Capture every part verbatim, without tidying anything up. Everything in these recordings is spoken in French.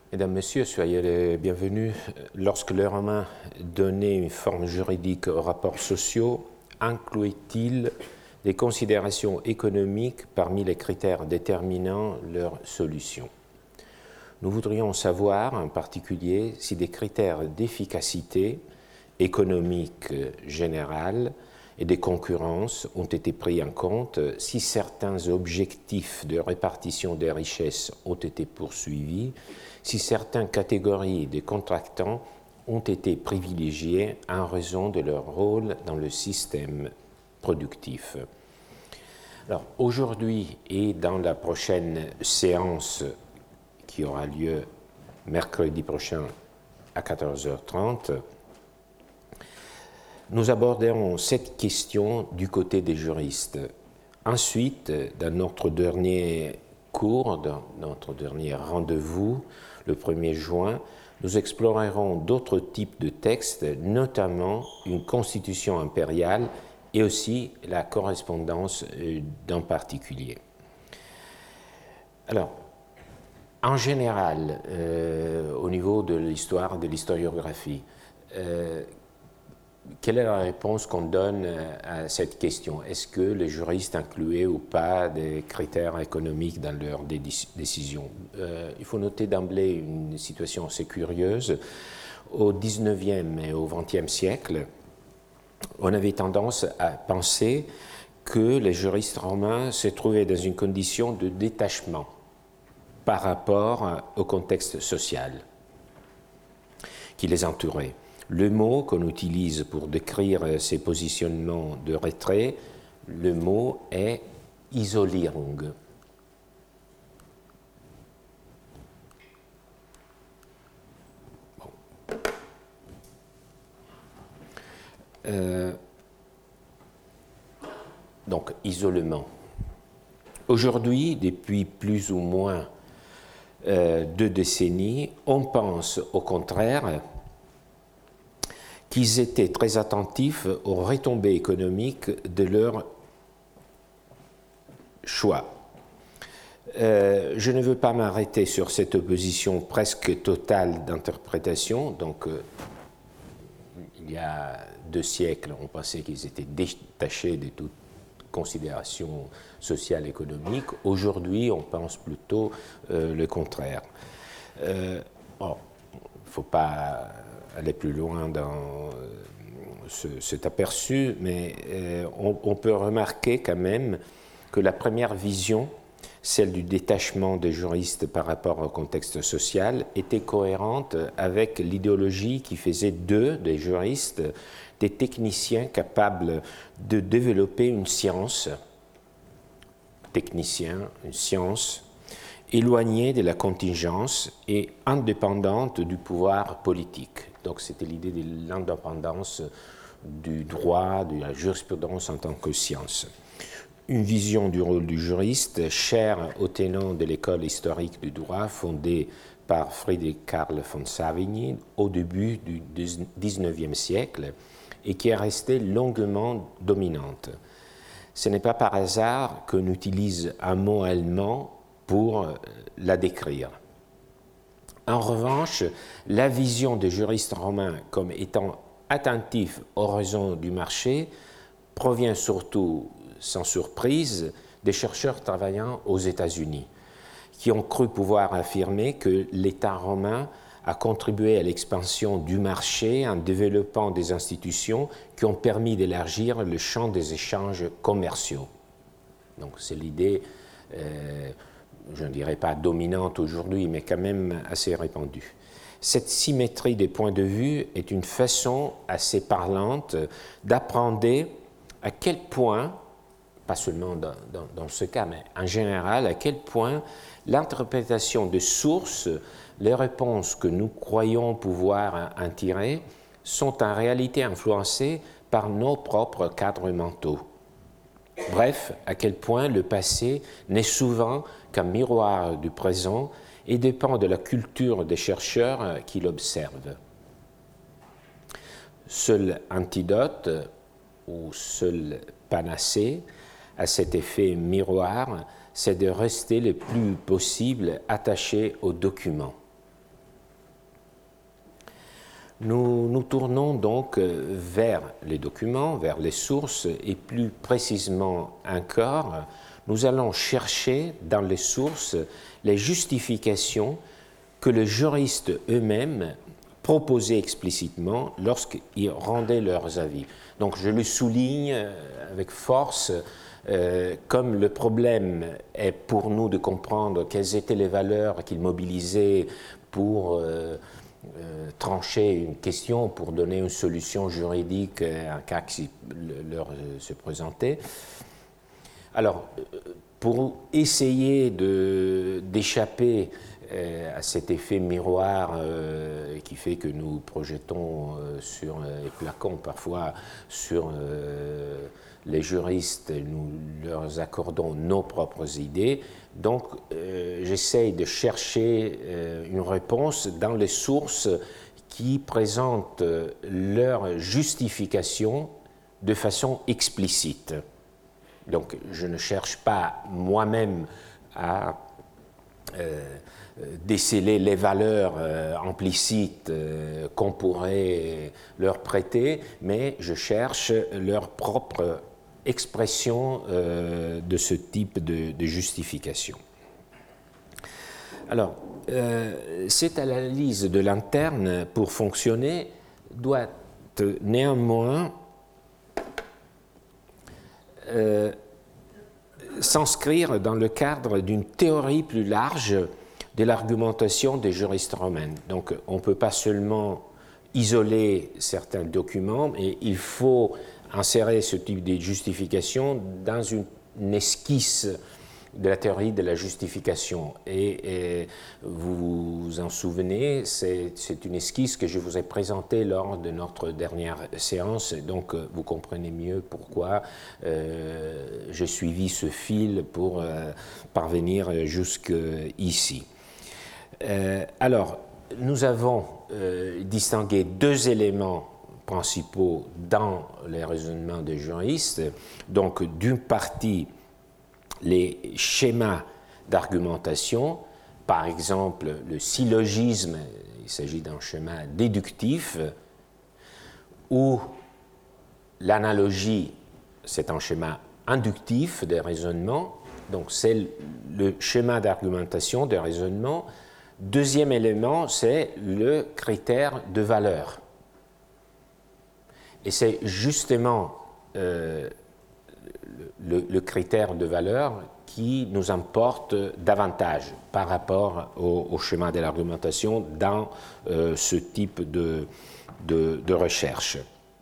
Mesdames, Messieurs, soyez les bienvenus. Lorsque le roman donnait une forme juridique aux rapports sociaux, incluait-il des considérations économiques parmi les critères déterminant leur solution? Nous voudrions savoir, en particulier, si des critères d'efficacité économique générale et des concurrences ont été pris en compte, si certains objectifs de répartition des richesses ont été poursuivis, si certaines catégories de contractants ont été privilégiées en raison de leur rôle dans le système productif. Alors, aujourd'hui et dans la prochaine séance qui aura lieu mercredi prochain à quatorze heures trente, nous aborderons cette question du côté des juristes. Ensuite, dans notre dernier cours, dans notre dernier rendez-vous, le premier juin, nous explorerons d'autres types de textes, notamment une constitution impériale et aussi la correspondance d'un particulier. Alors, en général, euh, au niveau de l'histoire, de l'historiographie, euh, quelle est la réponse qu'on donne à cette question? Est-ce que les juristes incluaient ou pas des critères économiques dans leurs décisions? euh, Il faut noter d'emblée une situation assez curieuse. Au dix-neuvième et au vingtième siècle, on avait tendance à penser que les juristes romains se trouvaient dans une condition de détachement par rapport au contexte social qui les entourait. Le mot qu'on utilise pour décrire ces positionnements de retrait, le mot est Isolierung. Bon. Euh, donc, isolement. Aujourd'hui, depuis plus ou moins euh, deux décennies, on pense au contraire qu'ils étaient très attentifs aux retombées économiques de leur choix. Euh, je ne veux pas m'arrêter sur cette opposition presque totale d'interprétation. Donc, euh, il y a deux siècles, on pensait qu'ils étaient détachés de toute considération sociale et économique. Aujourd'hui, on pense plutôt euh, le contraire. Euh, bon, il ne faut pas aller plus loin dans ce, cet aperçu, mais euh, on, on peut remarquer quand même que la première vision, celle du détachement des juristes par rapport au contexte social, était cohérente avec l'idéologie qui faisait d'eux, des juristes, des techniciens capables de développer une science, technicien, une science, éloignée de la contingence et indépendante du pouvoir politique. Donc c'était l'idée de l'indépendance du droit, de la jurisprudence en tant que science. Une vision du rôle du juriste chère aux tenants de l'école historique du droit fondée par Friedrich Karl von Savigny au début du dix-neuvième siècle et qui est restée longuement dominante. Ce n'est pas par hasard qu'on utilise un mot allemand pour la décrire. En revanche, la vision des juristes romains comme étant attentifs aux raisons du marché provient surtout, sans surprise, des chercheurs travaillant aux États-Unis, qui ont cru pouvoir affirmer que l'État romain a contribué à l'expansion du marché en développant des institutions qui ont permis d'élargir le champ des échanges commerciaux. Donc c'est l'idée, euh, je ne dirais pas dominante aujourd'hui, mais quand même assez répandue. Cette symétrie des points de vue est une façon assez parlante d'apprendre à quel point, pas seulement dans, dans, dans ce cas, mais en général, à quel point l'interprétation de sources, les réponses que nous croyons pouvoir en tirer, sont en réalité influencées par nos propres cadres mentaux. Bref, à quel point le passé n'est souvent qu'un miroir du présent et dépend de la culture des chercheurs qui l'observent. Seul antidote ou seul panacée à cet effet miroir, c'est de rester le plus possible attaché aux documents. nous nous tournons donc vers les documents, vers les sources, et plus précisément encore, nous allons chercher dans les sources les justifications que les juristes eux-mêmes proposaient explicitement lorsqu'ils rendaient leurs avis. Donc je le souligne avec force, euh, comme le problème est pour nous de comprendre quelles étaient les valeurs qu'ils mobilisaient pour euh, euh, trancher une question, pour donner une solution juridique à un cas qui leur se présentait. Alors, pour essayer de, d'échapper euh, à cet effet miroir euh, qui fait que nous projetons euh, sur, euh, et plaquons parfois sur euh, les juristes, nous leur accordons nos propres idées, donc euh, j'essaye de chercher euh, une réponse dans les sources qui présentent leur justification de façon explicite. Donc, je ne cherche pas moi-même à euh, déceler les valeurs euh, implicites euh, qu'on pourrait leur prêter, mais je cherche leur propre expression euh, de ce type de, de justification. Alors, euh, cette analyse de l'interne, pour fonctionner, doit néanmoins Euh, s'inscrire dans le cadre d'une théorie plus large de l'argumentation des juristes romains. Donc on ne peut pas seulement isoler certains documents, mais il faut insérer ce type de justification dans une, une esquisse de la théorie de la justification. Et, et vous vous en souvenez, c'est, c'est une esquisse que je vous ai présentée lors de notre dernière séance, donc vous comprenez mieux pourquoi euh, j'ai suivi ce fil pour euh, parvenir jusqu'ici. Euh, alors, nous avons euh, distingué deux éléments principaux dans les raisonnements des juristes, donc d'une partie les schémas d'argumentation, par exemple le syllogisme, il s'agit d'un schéma déductif, ou l'analogie, c'est un schéma inductif des raisonnements, donc c'est le schéma d'argumentation des raisonnements. Deuxième élément, c'est le critère de valeur. Et c'est justement euh, Le, le critère de valeur qui nous importe davantage par rapport au, au schéma de l'argumentation dans euh, ce type de, de, de recherche.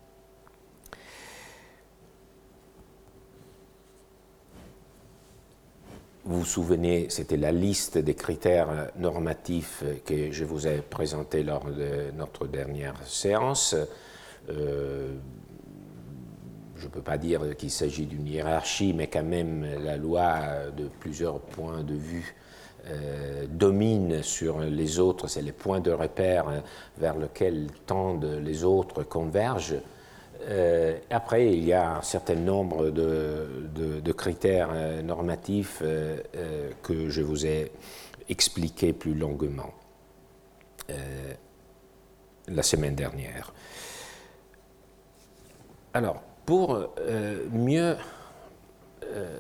Vous vous souvenez, c'était la liste des critères normatifs que je vous ai présenté lors de notre dernière séance. Euh, Je ne peux pas dire qu'il s'agit d'une hiérarchie, mais quand même la loi, de plusieurs points de vue, euh, domine sur les autres. C'est les points de repère vers lesquels tendent les autres convergent. Euh, après, il y a un certain nombre de, de, de critères normatifs euh, euh, que je vous ai expliqués plus longuement euh, la semaine dernière. Alors, pour euh, mieux euh,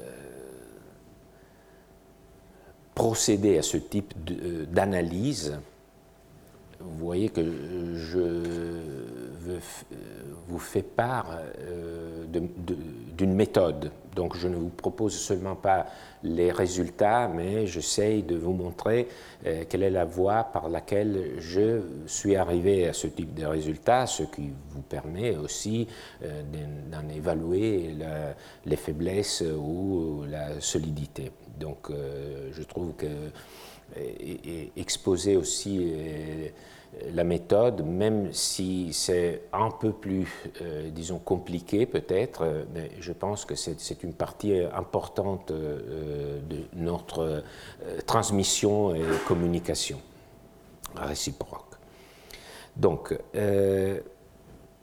procéder à ce type de, d'analyse, vous voyez que je veux, vous fais part euh, de, de, d'une méthode. Donc je ne vous propose seulement pas les résultats, mais j'essaye de vous montrer euh, quelle est la voie par laquelle je suis arrivé à ce type de résultats, ce qui vous permet aussi euh, d'en évaluer la, les faiblesses ou la solidité. Donc euh, je trouve que et, et exposer aussi euh, la méthode, même si c'est un peu plus, euh, disons, compliqué peut-être, euh, mais je pense que c'est, c'est une partie importante euh, de notre euh, transmission et communication réciproque. Donc, euh,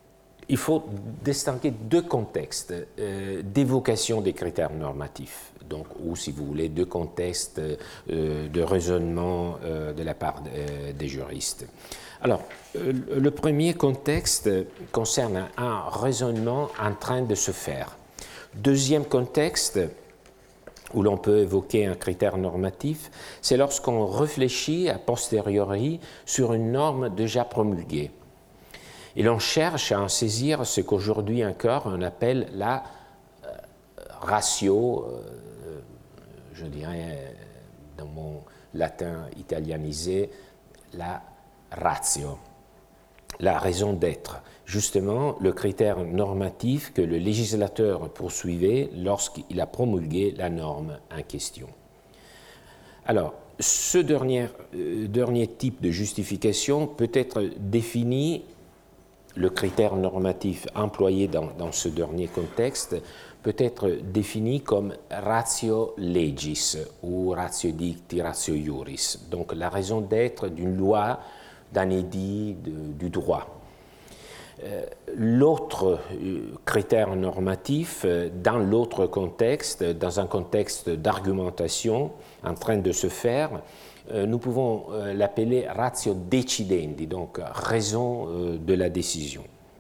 il faut distinguer deux contextes euh, d'évocation des critères normatifs, donc, ou si vous voulez, deux contextes euh, de raisonnement euh, de la part euh, des juristes. Alors, euh, le premier contexte concerne un, un raisonnement en train de se faire. Deuxième contexte où l'on peut évoquer un critère normatif, c'est lorsqu'on réfléchit a posteriori sur une norme déjà promulguée. Et l'on cherche à en saisir ce qu'aujourd'hui encore on appelle la euh, ratio, euh, je dirais dans mon latin italianisé, la ratio, la raison d'être. Justement, le critère normatif que le législateur poursuivait lorsqu'il a promulgué la norme en question. Alors, ce dernier, euh, dernier type de justification peut être défini, le critère normatif employé dans, dans ce dernier contexte peut être défini comme ratio legis ou ratio dicti, ratio iuris, donc la raison d'être d'une loi, d'un édit, de, du droit. Euh, l'autre euh, critère normatif, euh, dans l'autre contexte, dans un contexte d'argumentation en train de se faire, euh, nous pouvons euh, l'appeler ratio decidendi, donc raison euh, de la décision.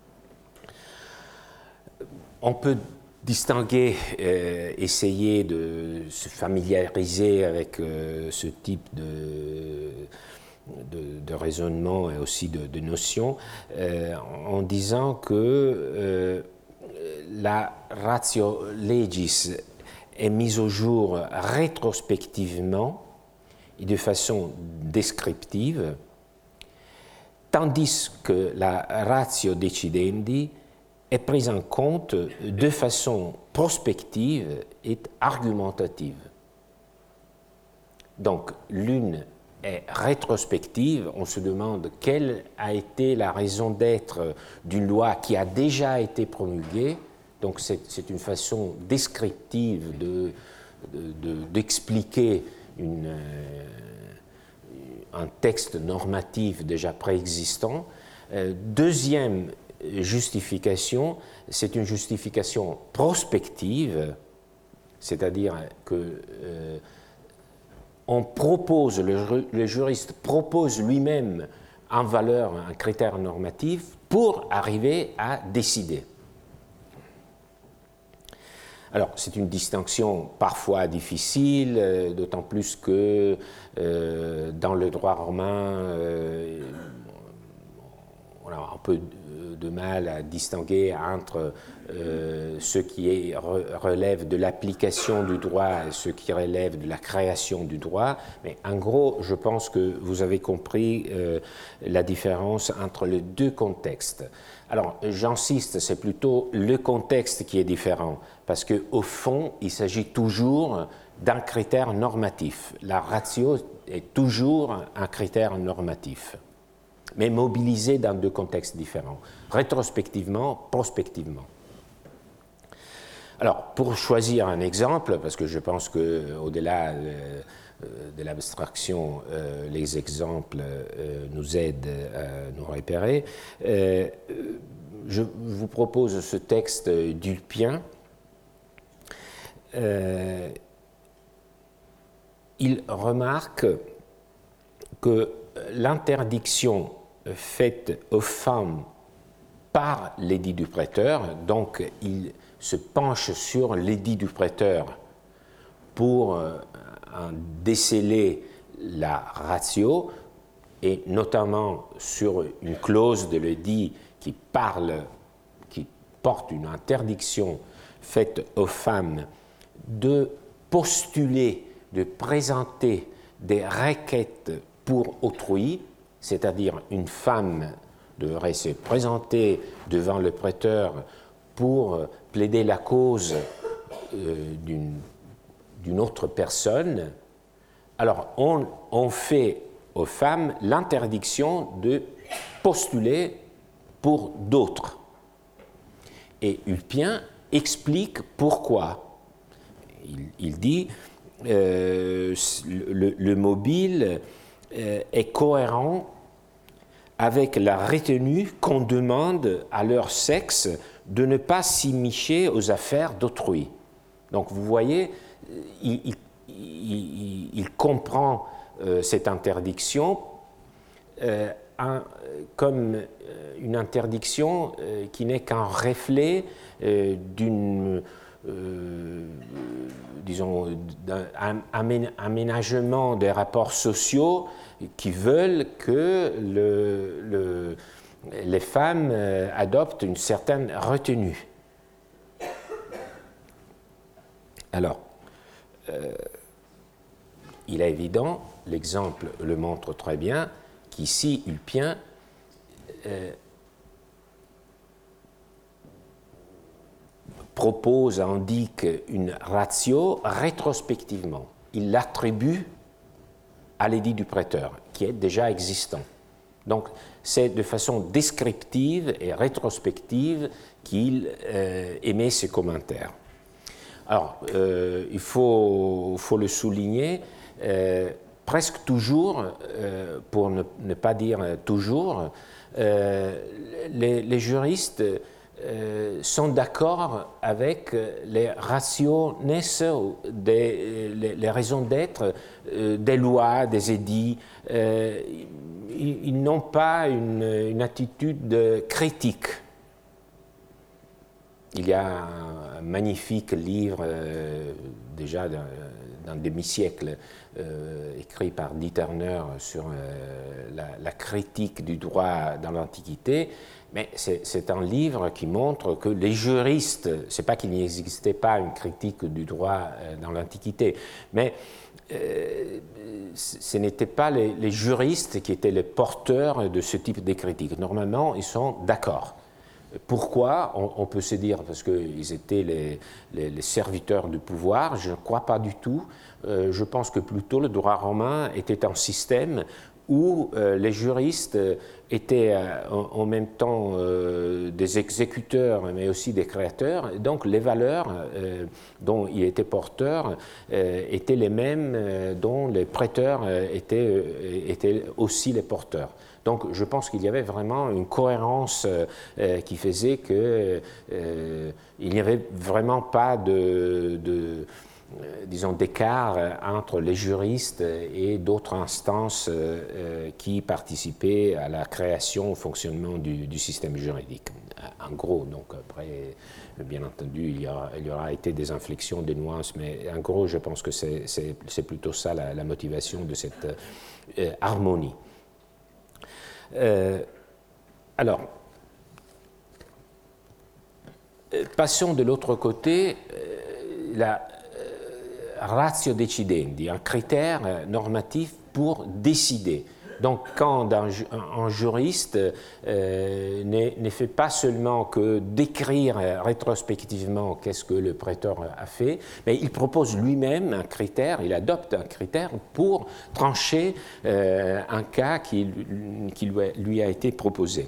On peut distinguer, euh, essayer de se familiariser avec euh, ce type de De, de raisonnement et aussi de, de notions, euh, en disant que euh, la ratio legis est mise au jour rétrospectivement et de façon descriptive, tandis que la ratio decidendi est prise en compte de façon prospective et argumentative. Donc, l'une est rétrospective, on se demande quelle a été la raison d'être d'une loi qui a déjà été promulguée, donc c'est une façon descriptive de, de, de, d'expliquer une, euh, un texte normatif déjà préexistant. Euh, deuxième justification, c'est une justification prospective, c'est-à-dire que euh, on propose, le, le juriste propose lui-même en valeur un critère normatif pour arriver à décider. Alors, c'est une distinction parfois difficile, euh, d'autant plus que euh, dans le droit romain, euh, on a un peu de mal à distinguer entre euh, ce qui est, re, relève de l'application du droit et ce qui relève de la création du droit. Mais en gros, je pense que vous avez compris euh, la différence entre les deux contextes. Alors, j'insiste, c'est plutôt le contexte qui est différent, parce qu'au fond, il s'agit toujours d'un critère normatif. La ratio est toujours un critère normatif, mais mobilisé dans deux contextes différents, rétrospectivement, prospectivement. Alors, pour choisir un exemple, parce que je pense qu'au-delà euh, de l'abstraction, euh, les exemples euh, nous aident à nous repérer, euh, je vous propose ce texte d'Ulpien. Euh, il remarque que l'interdiction faite aux femmes par l'édit du prêteur, donc il se penche sur l'édit du prêteur pour euh, déceler la ratio, et notamment sur une clause de l'édit qui parle, qui porte une interdiction faite aux femmes de postuler, de présenter des requêtes pour autrui, c'est-à-dire une femme devrait se présenter devant le prêteur pour plaider la cause euh, d'une d'une autre personne. Alors on, on fait aux femmes l'interdiction de postuler pour d'autres. Et Ulpien explique pourquoi. Il, il dit euh, le, le mobile euh, est cohérent avec la retenue qu'on demande à leur sexe de ne pas s'immiscer aux affaires d'autrui. Donc vous voyez, il, il, il, il comprend euh, cette interdiction euh, un, comme une interdiction euh, qui n'est qu'un reflet euh, d'une, euh, disons, d'un aménagement des rapports sociaux qui veulent que le, le, les femmes euh, adoptent une certaine retenue. Alors, euh, il est évident, l'exemple le montre très bien, qu'ici, Ulpien euh, propose, indique une ratio rétrospectivement. Il l'attribue à l'édit du prêteur, qui est déjà existant. Donc, c'est de façon descriptive et rétrospective qu'il euh, émet ses commentaires. Alors, euh, il faut, faut le souligner, euh, presque toujours, euh, pour ne, ne pas dire toujours, euh, les, les juristes euh, sont d'accord avec les rationes, des, les, les raisons d'être euh, des lois, des édits. Euh, ils, ils n'ont pas une, une attitude critique. Il y a un magnifique livre, euh, déjà d'un, d'un demi-siècle, euh, écrit par Dee Turner sur euh, la, la critique du droit dans l'Antiquité, mais c'est, c'est un livre qui montre que les juristes, c'est pas qu'il n'existait pas une critique du droit euh, dans l'Antiquité, mais euh, ce n'étaient pas les, les juristes qui étaient les porteurs de ce type de critique. Normalement, ils sont d'accord. Pourquoi? on, on peut se dire parce qu'ils étaient les, les, les serviteurs du pouvoir. Je ne crois pas du tout. Euh, je pense que plutôt le droit romain était un système où euh, les juristes étaient euh, en, en même temps euh, des exécuteurs mais aussi des créateurs. Donc les valeurs euh, dont ils étaient porteurs euh, étaient les mêmes euh, dont les prêteurs euh, étaient, euh, étaient aussi les porteurs. Donc je pense qu'il y avait vraiment une cohérence euh, qui faisait qu'il euh, n'y avait vraiment pas de, de euh, disons, d'écart entre les juristes et d'autres instances euh, qui participaient à la création, au fonctionnement du, du système juridique. En gros, donc après, bien entendu, il y, aura, il y aura été des inflexions, des nuances, mais en gros, je pense que c'est, c'est, c'est plutôt ça la, la motivation de cette euh, harmonie. Euh, alors, passons de l'autre côté, euh, la euh, ratio decidendi, un critère normatif pour décider. Donc, quand un, un juriste euh, ne, ne fait pas seulement que décrire rétrospectivement qu'est-ce que le prêteur a fait, mais il propose lui-même un critère, il adopte un critère pour trancher euh, un cas qui, qui lui a été proposé.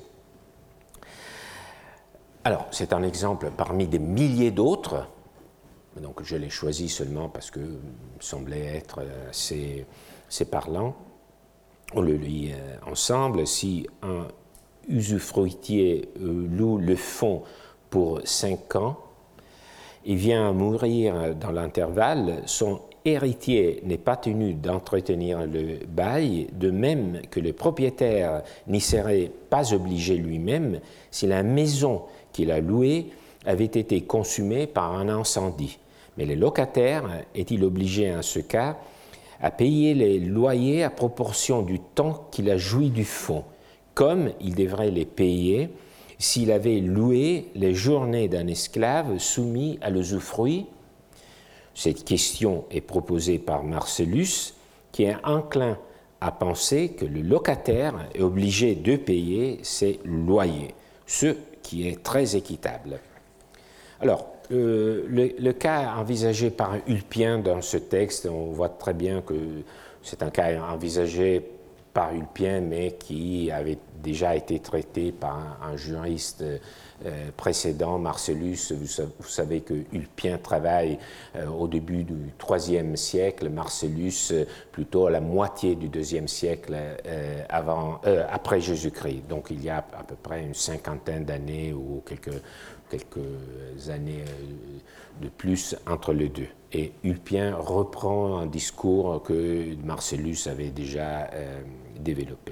Alors, c'est un exemple parmi des milliers d'autres, donc je l'ai choisi seulement parce que me semblait être assez, assez parlant. On le lit ensemble. Si un usufruitier loue le fonds pour cinq ans et vient à mourir dans l'intervalle, son héritier n'est pas tenu d'entretenir le bail, de même que le propriétaire n'y serait pas obligé lui-même si la maison qu'il a louée avait été consumée par un incendie. Mais le locataire est-il obligé en ce cas à payer les loyers à proportion du temps qu'il a joui du fonds, comme il devrait les payer s'il avait loué les journées d'un esclave soumis à l'usufruit? Cette question est proposée par Marcellus, qui est enclin à penser que le locataire est obligé de payer ses loyers, ce qui est très équitable. Alors, Euh, le, le cas envisagé par Ulpien dans ce texte, on voit très bien que c'est un cas envisagé par Ulpien, mais qui avait déjà été traité par un, un juriste euh, précédent, Marcellus. Vous savez, vous savez que Ulpien travaille euh, au début du troisième siècle, Marcellus euh, plutôt à la moitié du deuxième siècle euh, avant, euh, après Jésus-Christ. Donc il y a à peu près une cinquantaine d'années ou quelques, quelques années euh, de plus entre les deux. Et Ulpien reprend un discours que Marcellus avait déjà euh, développé.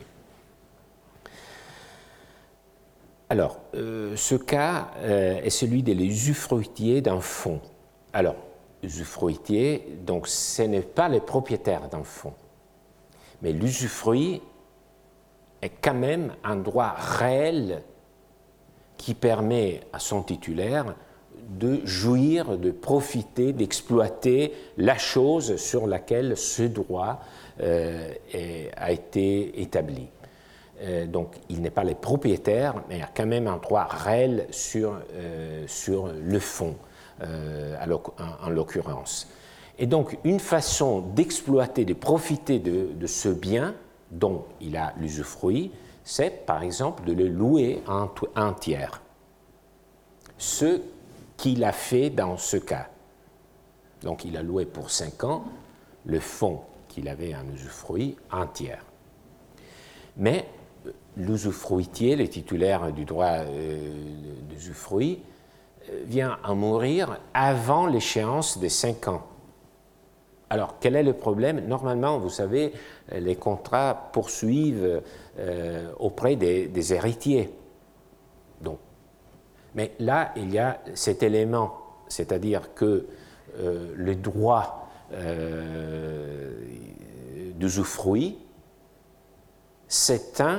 Alors, euh, ce cas euh, est celui de l'usufruitier d'un fonds. Alors, usufruitier, donc ce n'est pas le propriétaire d'un fonds, mais l'usufruit est quand même un droit réel qui permet à son titulaire de jouir, de profiter, d'exploiter la chose sur laquelle ce droit euh, est, a été établi. Euh, donc, il n'est pas le propriétaire, mais il a quand même un droit réel sur, euh, sur le fonds, euh, en, en l'occurrence. Et donc, une façon d'exploiter, de profiter de, de ce bien dont il a l'usufruit, c'est par exemple de le louer à un tiers. Ce qu'il a fait dans ce cas. Donc, il a loué pour cinq ans le fonds qu'il avait en usufruit un tiers. Mais l'usufruitier, le titulaire du droit euh, d'usufruit, vient à mourir avant l'échéance des cinq ans. Alors, quel est le problème? Normalement, vous savez, les contrats poursuivent euh, auprès des, des héritiers. Donc, mais là, il y a cet élément, c'est-à-dire que euh, le droit euh, d'usufruit s'éteint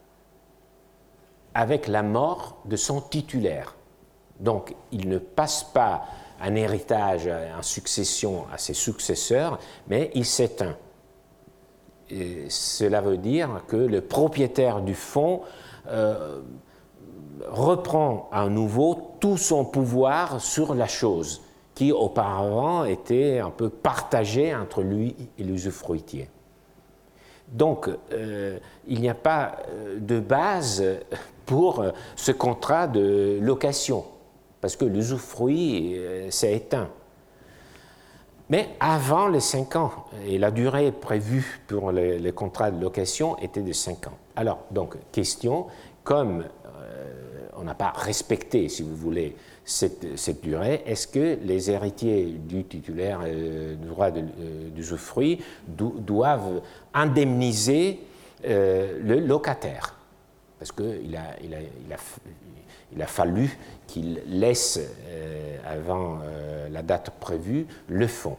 avec la mort de son titulaire. Donc, il ne passe pas un héritage en succession à ses successeurs, mais il s'éteint. Et cela veut dire que le propriétaire du fonds euh, reprend à nouveau tout son pouvoir sur la chose, qui auparavant était un peu partagé entre lui et l'usufruitier. Donc, euh, il n'y a pas de base pour ce contrat de location, parce que l'usufruit euh, s'est éteint. Mais avant les cinq ans, et la durée prévue pour les, les contrats de location était de cinq ans. Alors, donc, question, comme euh, on n'a pas respecté, si vous voulez, cette, cette durée, est-ce que les héritiers du titulaire euh, du droit de, euh, d'usufruit do, doivent indemniser euh, le locataire? Parce qu'il a, il a, il a, il a fallu qu'il laisse, euh, avant euh, la date prévue, le fonds.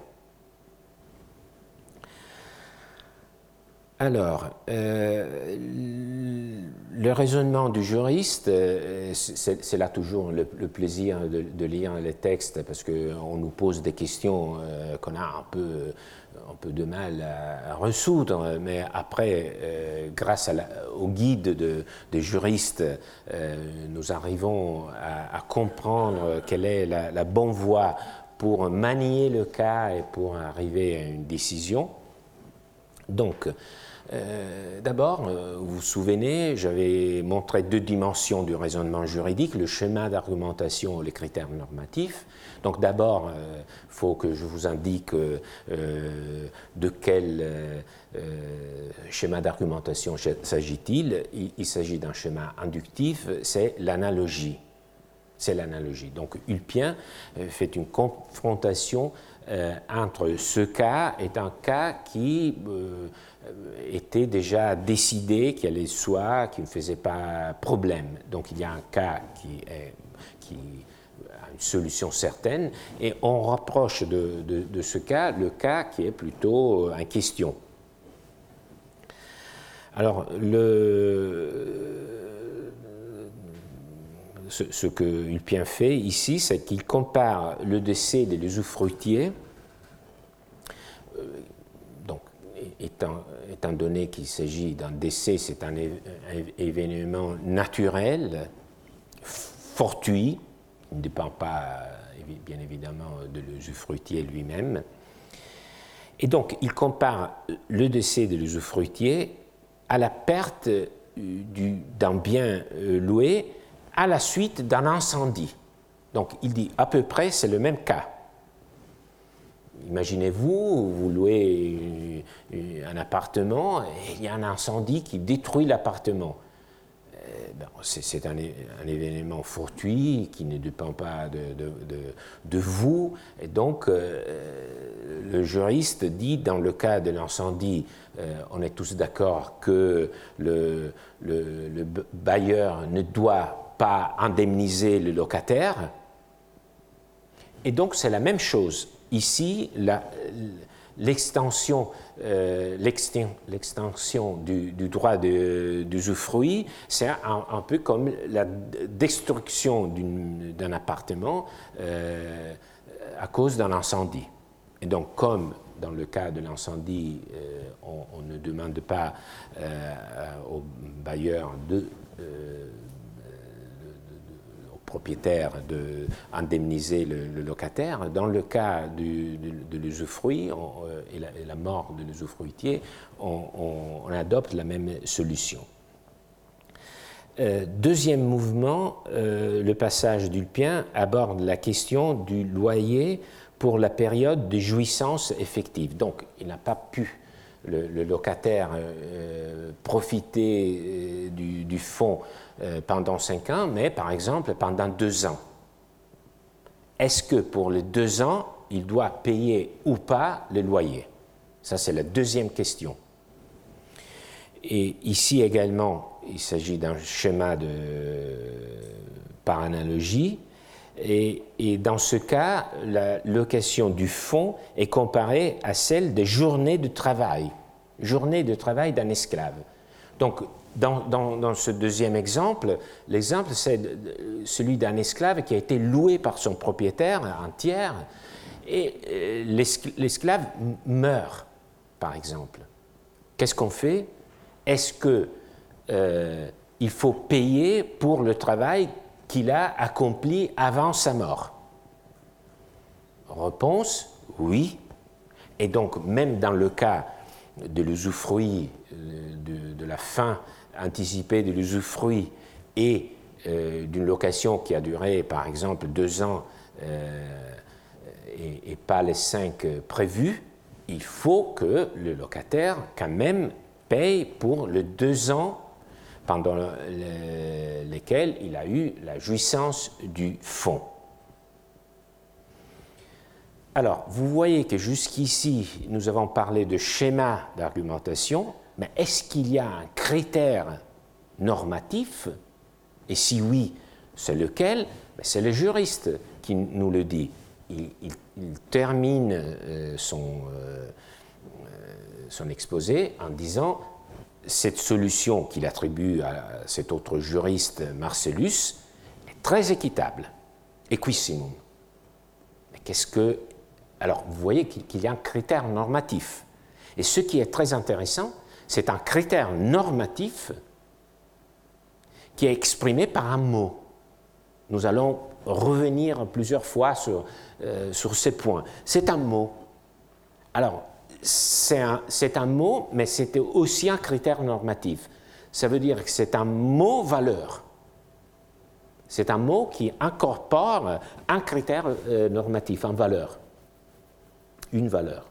Alors, euh, le raisonnement du juriste, euh, c'est, c'est là toujours le, le plaisir de, de lire les textes, parce qu'on nous pose des questions euh, qu'on a un peu, un peu de mal à, à résoudre, mais après, euh, grâce à la, au guide de, de juristes, euh, nous arrivons à, à comprendre quelle est la, la bonne voie pour manier le cas et pour arriver à une décision. Donc, Euh, d'abord, euh, vous vous souvenez, j'avais montré deux dimensions du raisonnement juridique, le schéma d'argumentation et les critères normatifs. Donc d'abord, il euh, faut que je vous indique euh, de quel euh, schéma d'argumentation s'agit-il. Il, il s'agit d'un schéma inductif, c'est l'analogie. C'est l'analogie. Donc Ulpien euh, fait une confrontation euh, entre ce cas et un cas qui euh, était déjà décidé, qui allait soi, qui ne faisait pas problème. Donc il y a un cas qui, est, qui a une solution certaine, et on rapproche de, de, de ce cas le cas qui est plutôt en question. Alors, le, ce, ce que Ulpien fait ici, c'est qu'il compare le décès de l'usufruitier, Étant, étant donné qu'il s'agit d'un décès, c'est un, é, un événement naturel, fortuit, il ne dépend pas, bien évidemment, de l'usufruitier lui-même. Et donc, il compare le décès de l'usufruitier à la perte d'un bien euh, loué à la suite d'un incendie. Donc il dit à peu près c'est le même cas. Imaginez-vous, vous louez un appartement et il y a un incendie qui détruit l'appartement. Ben, c'est un, un événement fortuit qui ne dépend pas de, de, de, de vous. Et donc, euh, le juriste dit, dans le cas de l'incendie, euh, on est tous d'accord que le, le, le bailleur ne doit pas indemniser le locataire. Et donc, c'est la même chose. Ici, l'extension euh, du, du droit d'usufruit, c'est un, un peu comme la destruction d'un appartement euh, à cause d'un incendie. Et donc, comme dans le cas de l'incendie, euh, on, on ne demande pas euh, au bailleur de... Euh, propriétaire d'indemniser le, le locataire. Dans le cas du, de, de l'usufruit euh, et, et la mort de l'usufruitier, on, on, on adopte la même solution. Euh, deuxième mouvement, euh, le passage d'Ulpien aborde la question du loyer pour la période de jouissance effective. Donc, il n'a pas pu, le, le locataire, euh, profiter euh, du, du fonds pendant cinq ans, mais par exemple pendant deux ans. Est-ce que pour les deux ans, il doit payer ou pas le loyer? Ça, c'est la deuxième question. Et ici également, il s'agit d'un schéma de, par analogie, et, et dans ce cas, la location du fonds est comparée à celle des journées de travail, journées de travail d'un esclave. Donc, Dans, dans, dans ce deuxième exemple, l'exemple c'est celui d'un esclave qui a été loué par son propriétaire, un tiers, et l'esclave meurt, par exemple. Qu'est-ce qu'on fait? Est-ce qu'il euh, faut payer pour le travail qu'il a accompli avant sa mort? Réponse, oui. Et donc, même dans le cas de l'usufruit, de, de la fin anticipée de l'usufruit et euh, d'une location qui a duré par exemple deux ans euh, et, et pas les cinq prévus, il faut que le locataire quand même paye pour les deux ans pendant le, le, lesquels il a eu la jouissance du fonds. Alors, vous voyez que jusqu'ici, nous avons parlé de schéma d'argumentation, mais est-ce qu'il y a un critère normatif? Et si oui, c'est lequel? C'est le juriste qui nous le dit. Il, il, il termine euh, son, euh, son exposé en disant cette solution qu'il attribue à cet autre juriste Marcellus est très équitable, equissimum. Mais qu'est-ce que... Alors, vous voyez qu'il y a un critère normatif. Et ce qui est très intéressant, c'est un critère normatif qui est exprimé par un mot. Nous allons revenir plusieurs fois sur, euh, sur ces points. C'est un mot. Alors, c'est un, c'est un mot, mais c'est aussi un critère normatif. Ça veut dire que c'est un mot valeur. C'est un mot qui incorpore un critère euh, normatif, en valeur. Une valeur.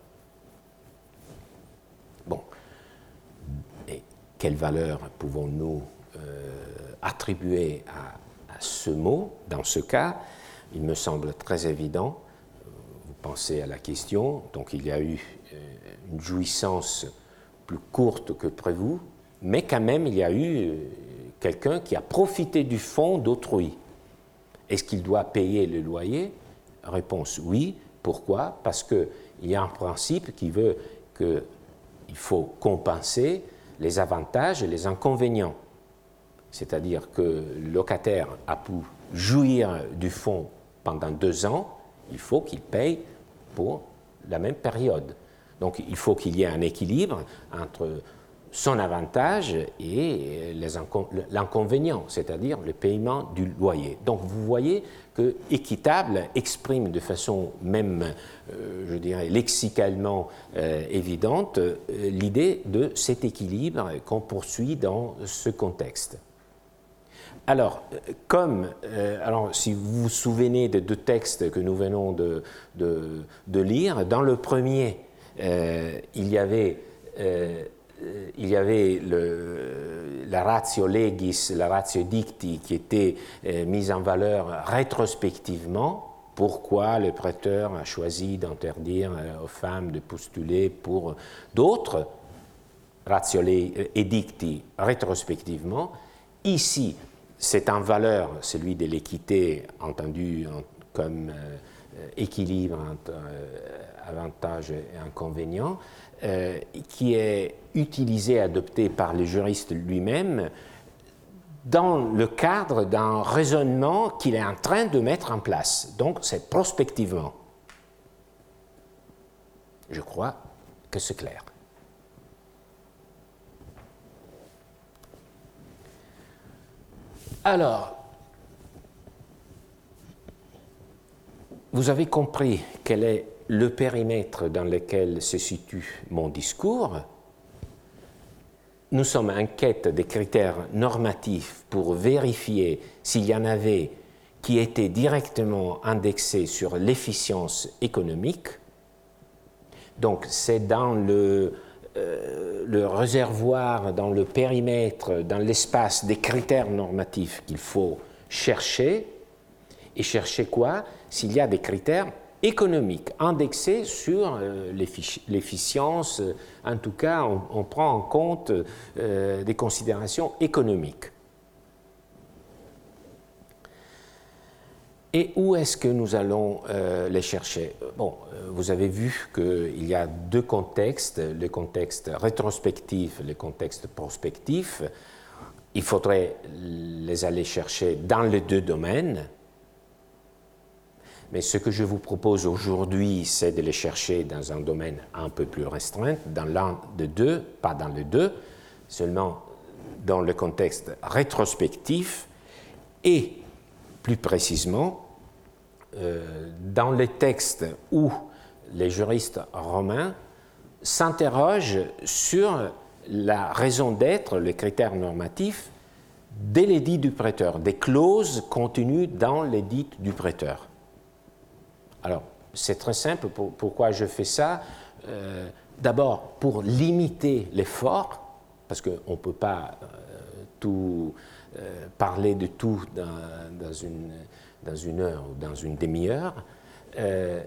Bon. Et quelle valeur pouvons-nous euh, attribuer à, à ce mot? Dans ce cas, il me semble très évident. Vous pensez à la question. Donc, il y a eu euh, une jouissance plus courte que prévu, mais quand même, il y a eu euh, quelqu'un qui a profité du fonds d'autrui. Est-ce qu'il doit payer le loyer? Réponse oui. Pourquoi? Parce qu'il y a un principe qui veut qu'il faut compenser les avantages et les inconvénients. C'est-à-dire que le locataire a pu jouir du fonds pendant deux ans, il faut qu'il paye pour la même période. Donc il faut qu'il y ait un équilibre entre son avantage et l'inconvénient, c'est-à-dire le paiement du loyer. Donc vous voyez que équitable exprime de façon même, euh, je dirais, lexicalement euh, évidente euh, l'idée de cet équilibre qu'on poursuit dans ce contexte. Alors, comme, euh, alors, si vous vous souvenez des deux textes que nous venons de, de, de lire, dans le premier, euh, il y avait, euh, il y avait le, la ratio legis, la ratio edicti qui était euh, mise en valeur rétrospectivement. Pourquoi le prêteur a choisi d'interdire aux femmes de postuler pour d'autres, ratio edicti rétrospectivement. Ici, c'est en valeur celui de l'équité, entendu comme euh, équilibre entre euh, avantages et inconvénients, euh, qui est utilisé, adopté par le juriste lui-même dans le cadre d'un raisonnement qu'il est en train de mettre en place. Donc, c'est prospectivement. Je crois que c'est clair. Alors, vous avez compris quel est le périmètre dans lequel se situe mon discours. Nous sommes en quête des critères normatifs pour vérifier s'il y en avait qui étaient directement indexés sur l'efficience économique. Donc, c'est dans le... Euh, le réservoir, dans le périmètre, dans l'espace des critères normatifs qu'il faut chercher. Et chercher quoi? S'il y a des critères économiques indexés sur euh, l'efficience, en tout cas, on, on prend en compte euh, des considérations économiques. Et où est-ce que nous allons euh, les chercher? Bon, vous avez vu qu'il y a deux contextes, le contexte rétrospectif et le contexte prospectif. Il faudrait les aller chercher dans les deux domaines. Mais ce que je vous propose aujourd'hui, c'est de les chercher dans un domaine un peu plus restreint, dans l'un des deux, pas dans les deux, seulement dans le contexte rétrospectif et plus précisément, euh, dans les textes où les juristes romains s'interrogent sur la raison d'être, les critères normatifs, de l'édit du prêteur, des clauses contenues dans l'édit du prêteur. Alors, c'est très simple, pour, pourquoi je fais ça? euh, D'abord, pour limiter l'effort, parce qu'on ne peut pas euh, tout... Euh, parler de tout dans, dans, une, dans une heure ou dans une demi-heure, euh,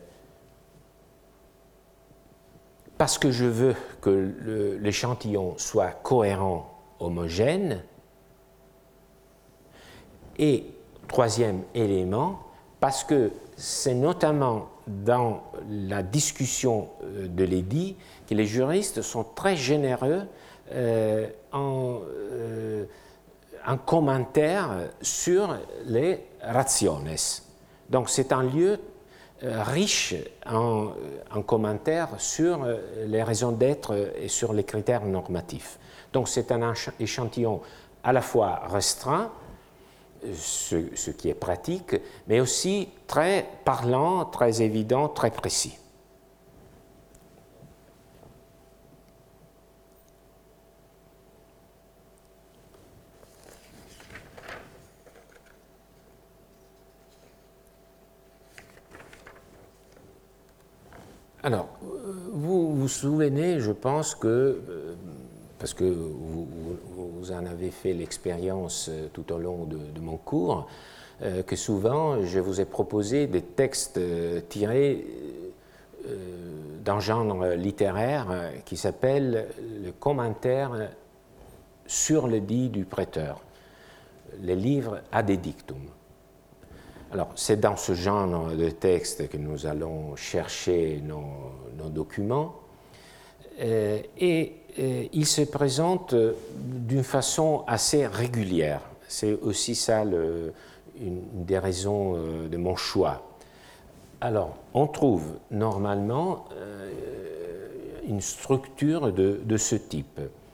parce que je veux que l'échantillon soit cohérent, homogène, et troisième élément, parce que c'est notamment dans la discussion de l'édit que les juristes sont très généreux euh, en... Euh, un commentaire sur les rationes. Donc c'est un lieu euh, riche en, en commentaires sur euh, les raisons d'être et sur les critères normatifs. Donc c'est un échantillon à la fois restreint, ce, ce qui est pratique, mais aussi très parlant, très évident, très précis. Alors, vous vous souvenez, je pense que, parce que vous, vous en avez fait l'expérience tout au long de, de mon cours, que souvent je vous ai proposé des textes tirés d'un genre littéraire qui s'appelle le commentaire sur l'édit du prêteur, les livres ad edictum. Alors, c'est dans ce genre de texte que nous allons chercher nos, nos documents euh, et euh, il se présente d'une façon assez régulière. C'est aussi ça le, une des raisons de mon choix. Alors, on trouve normalement euh, une structure de, de ce type.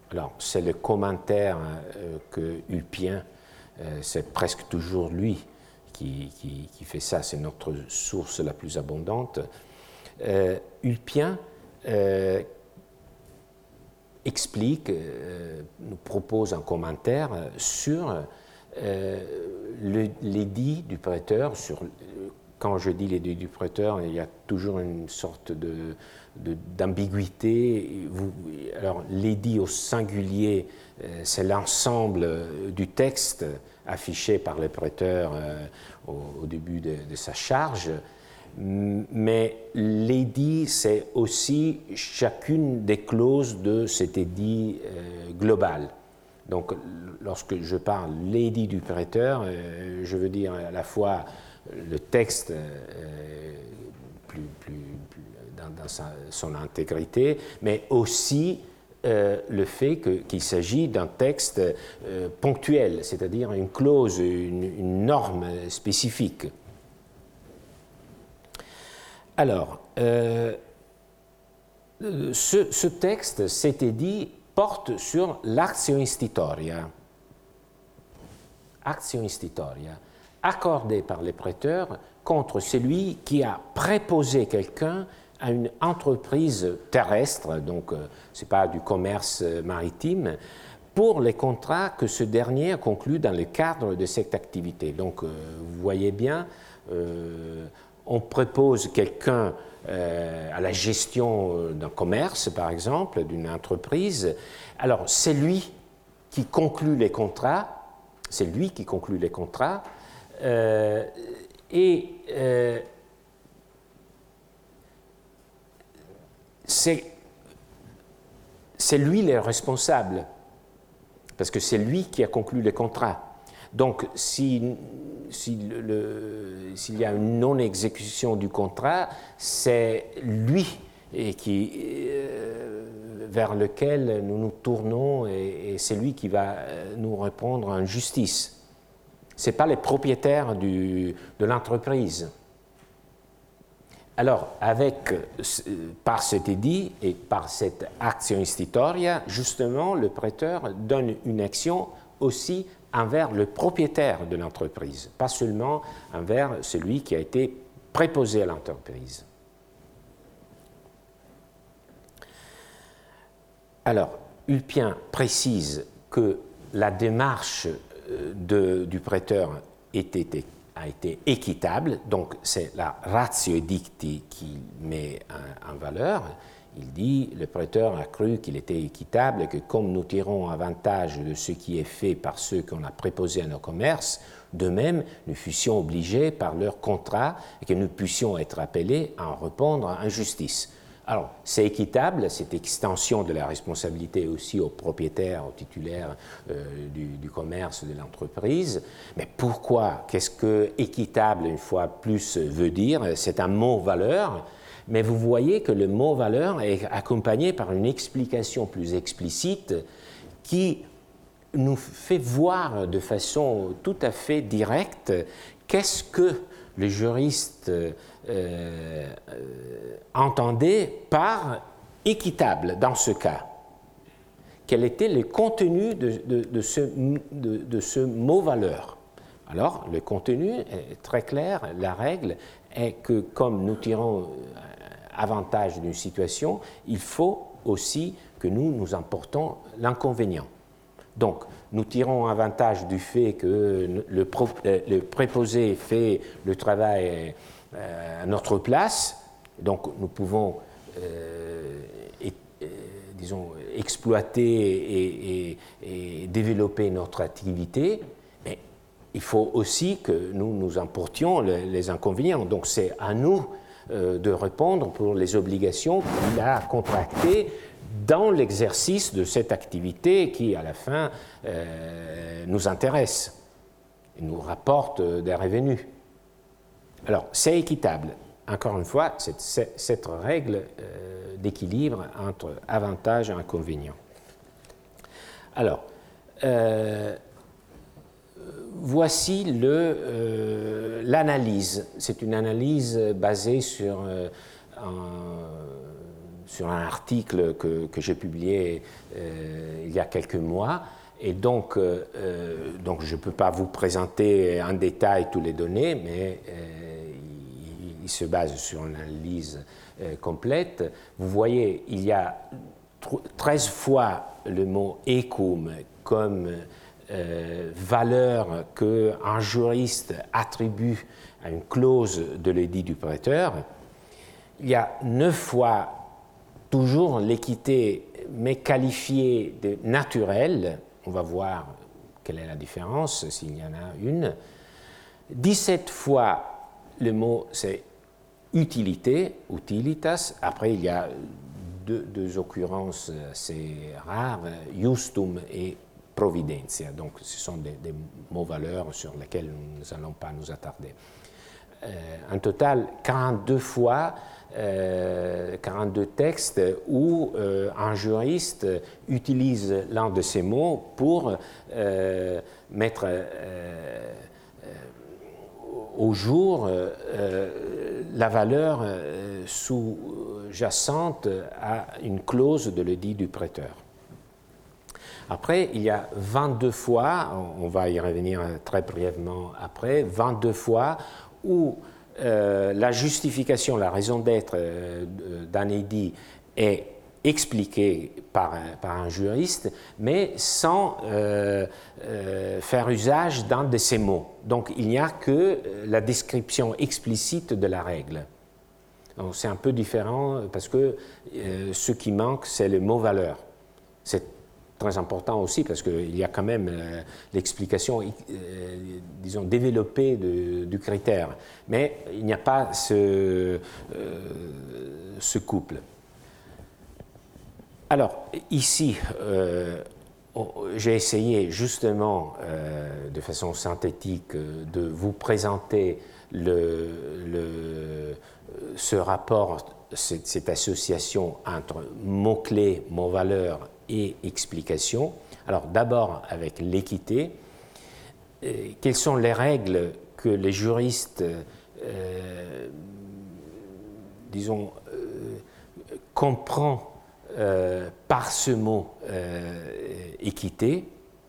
Alors, c'est le commentaire euh, que Ulpien, euh, c'est presque toujours lui qui, qui, qui fait ça, c'est notre source la plus abondante. Euh, Ulpien euh, explique, euh, nous propose un commentaire sur euh, l'édit du prêteur. Sur, quand je dis l'édit du prêteur, il y a toujours une sorte de, de, d'ambiguïté. Alors, l'édit au singulier, euh, c'est l'ensemble du texte affiché par le prêteur euh, au, au début de, de sa charge. Mais l'édit, c'est aussi chacune des clauses de cet édit euh, global. Donc, lorsque je parle l'édit du prêteur, euh, je veux dire à la fois le texte euh, plus, plus, plus dans, dans sa, son intégrité, mais aussi euh, le fait que, qu'il s'agit d'un texte euh, ponctuel, c'est-à-dire une clause, une, une norme spécifique. Alors, euh, ce, ce texte, cet édit, porte sur l'actio institutoria. Actio institutoria, accordée par les prêteurs contre celui qui a préposé quelqu'un à une entreprise terrestre, donc euh, ce n'est pas du commerce maritime, pour les contrats que ce dernier a conclus dans le cadre de cette activité. Donc, euh, vous voyez bien, euh, on prépose quelqu'un euh, à la gestion d'un commerce, par exemple, d'une entreprise. Alors, c'est lui qui conclut les contrats, c'est lui qui conclut les contrats, euh, et euh, c'est, c'est lui le responsable, parce que c'est lui qui a conclu les contrats. Donc, si, si le, le, s'il y a une non-exécution du contrat, c'est lui et qui, euh, vers lequel nous nous tournons et, et c'est lui qui va nous répondre en justice. Ce n'est pas les propriétaires du, de l'entreprise. Alors, avec, par cet édit et par cette actio institutoria, justement, le prêteur donne une action aussi envers le propriétaire de l'entreprise, pas seulement envers celui qui a été préposé à l'entreprise. Alors, Ulpien précise que la démarche de, du prêteur était, a été équitable, donc c'est la ratio edicti qui met en, en valeur. Il dit, le prêteur a cru qu'il était équitable et que comme nous tirons avantage de ce qui est fait par ceux qu'on a préposés à nos commerces, de même, nous fussions obligés par leur contrat et que nous puissions être appelés à en répondre en justice. Alors, c'est équitable, cette extension de la responsabilité aussi aux propriétaires, aux titulaires euh, du, du commerce, de l'entreprise. Mais pourquoi? Qu'est-ce que équitable, une fois plus, veut dire? C'est un mot valeur. Mais vous voyez que le mot valeur est accompagné par une explication plus explicite qui nous fait voir de façon tout à fait directe qu'est-ce que le juriste euh, euh, entendait par équitable dans ce cas. Quel était le contenu de, de, de, ce, de, de ce mot valeur? Alors, le contenu est très clair, la règle est que comme nous tirons avantage d'une situation, il faut aussi que nous nous emportons l'inconvénient. Donc, nous tirons avantage du fait que le, pro, le préposé fait le travail à notre place, donc nous pouvons, euh, et, et, disons, exploiter et, et, et développer notre activité, mais il faut aussi que nous nous emportions les, les inconvénients. Donc, c'est à nous de répondre pour les obligations qu'il a contractées dans l'exercice de cette activité qui, à la fin, euh, nous intéresse et nous rapporte des revenus. Alors, c'est équitable. Encore une fois, c'est, c'est, cette règle euh, d'équilibre entre avantages et inconvénients. Alors, euh, voici le, euh, l'analyse. C'est une analyse basée sur euh, un, sur un article que, que j'ai publié euh, il y a quelques mois. Et donc, euh, donc je ne peux pas vous présenter en détail toutes les données, mais euh, il, il se base sur une analyse euh, complète. Vous voyez, il y a treize fois le mot ecum comme euh, valeur qu'un juriste attribue à une clause de l'édit du prêteur. Il y a neuf fois toujours l'équité, mais qualifiée de naturelle. On va voir quelle est la différence, s'il y en a une. dix-sept fois, le mot, c'est utilité, utilitas. Après, il y a deux, deux occurrences assez rares, justum et providentia. Donc, ce sont des, des mots-valeurs sur lesquels nous n'allons pas nous attarder. Euh, en total, quarante-deux fois, Euh, quarante-deux textes où euh, un juriste utilise l'un de ces mots pour euh, mettre euh, euh, au jour euh, la valeur euh, sous-jacente à une clause de l'édit du prêteur. Après, il y a vingt-deux fois, on va y revenir très brièvement après, vingt-deux fois où Euh, la justification, la raison d'être euh, d'un édit est expliquée par, par un juriste, mais sans euh, euh, faire usage d'un de ces mots. Donc il n'y a que la description explicite de la règle. Donc c'est un peu différent parce que euh, ce qui manque, c'est le mot valeur. C'est très important aussi parce qu'il y a quand même euh, l'explication, euh, disons, développée de, du critère. Mais il n'y a pas ce, euh, ce couple. Alors, ici, euh, j'ai essayé justement, euh, de façon synthétique, de vous présenter le, le, ce rapport, cette, cette association entre mots-clés, mots-valeurs et explication. Alors d'abord avec l'équité, euh, quelles sont les règles que les juristes, euh, disons, euh, comprennent euh, par ce mot euh, équité.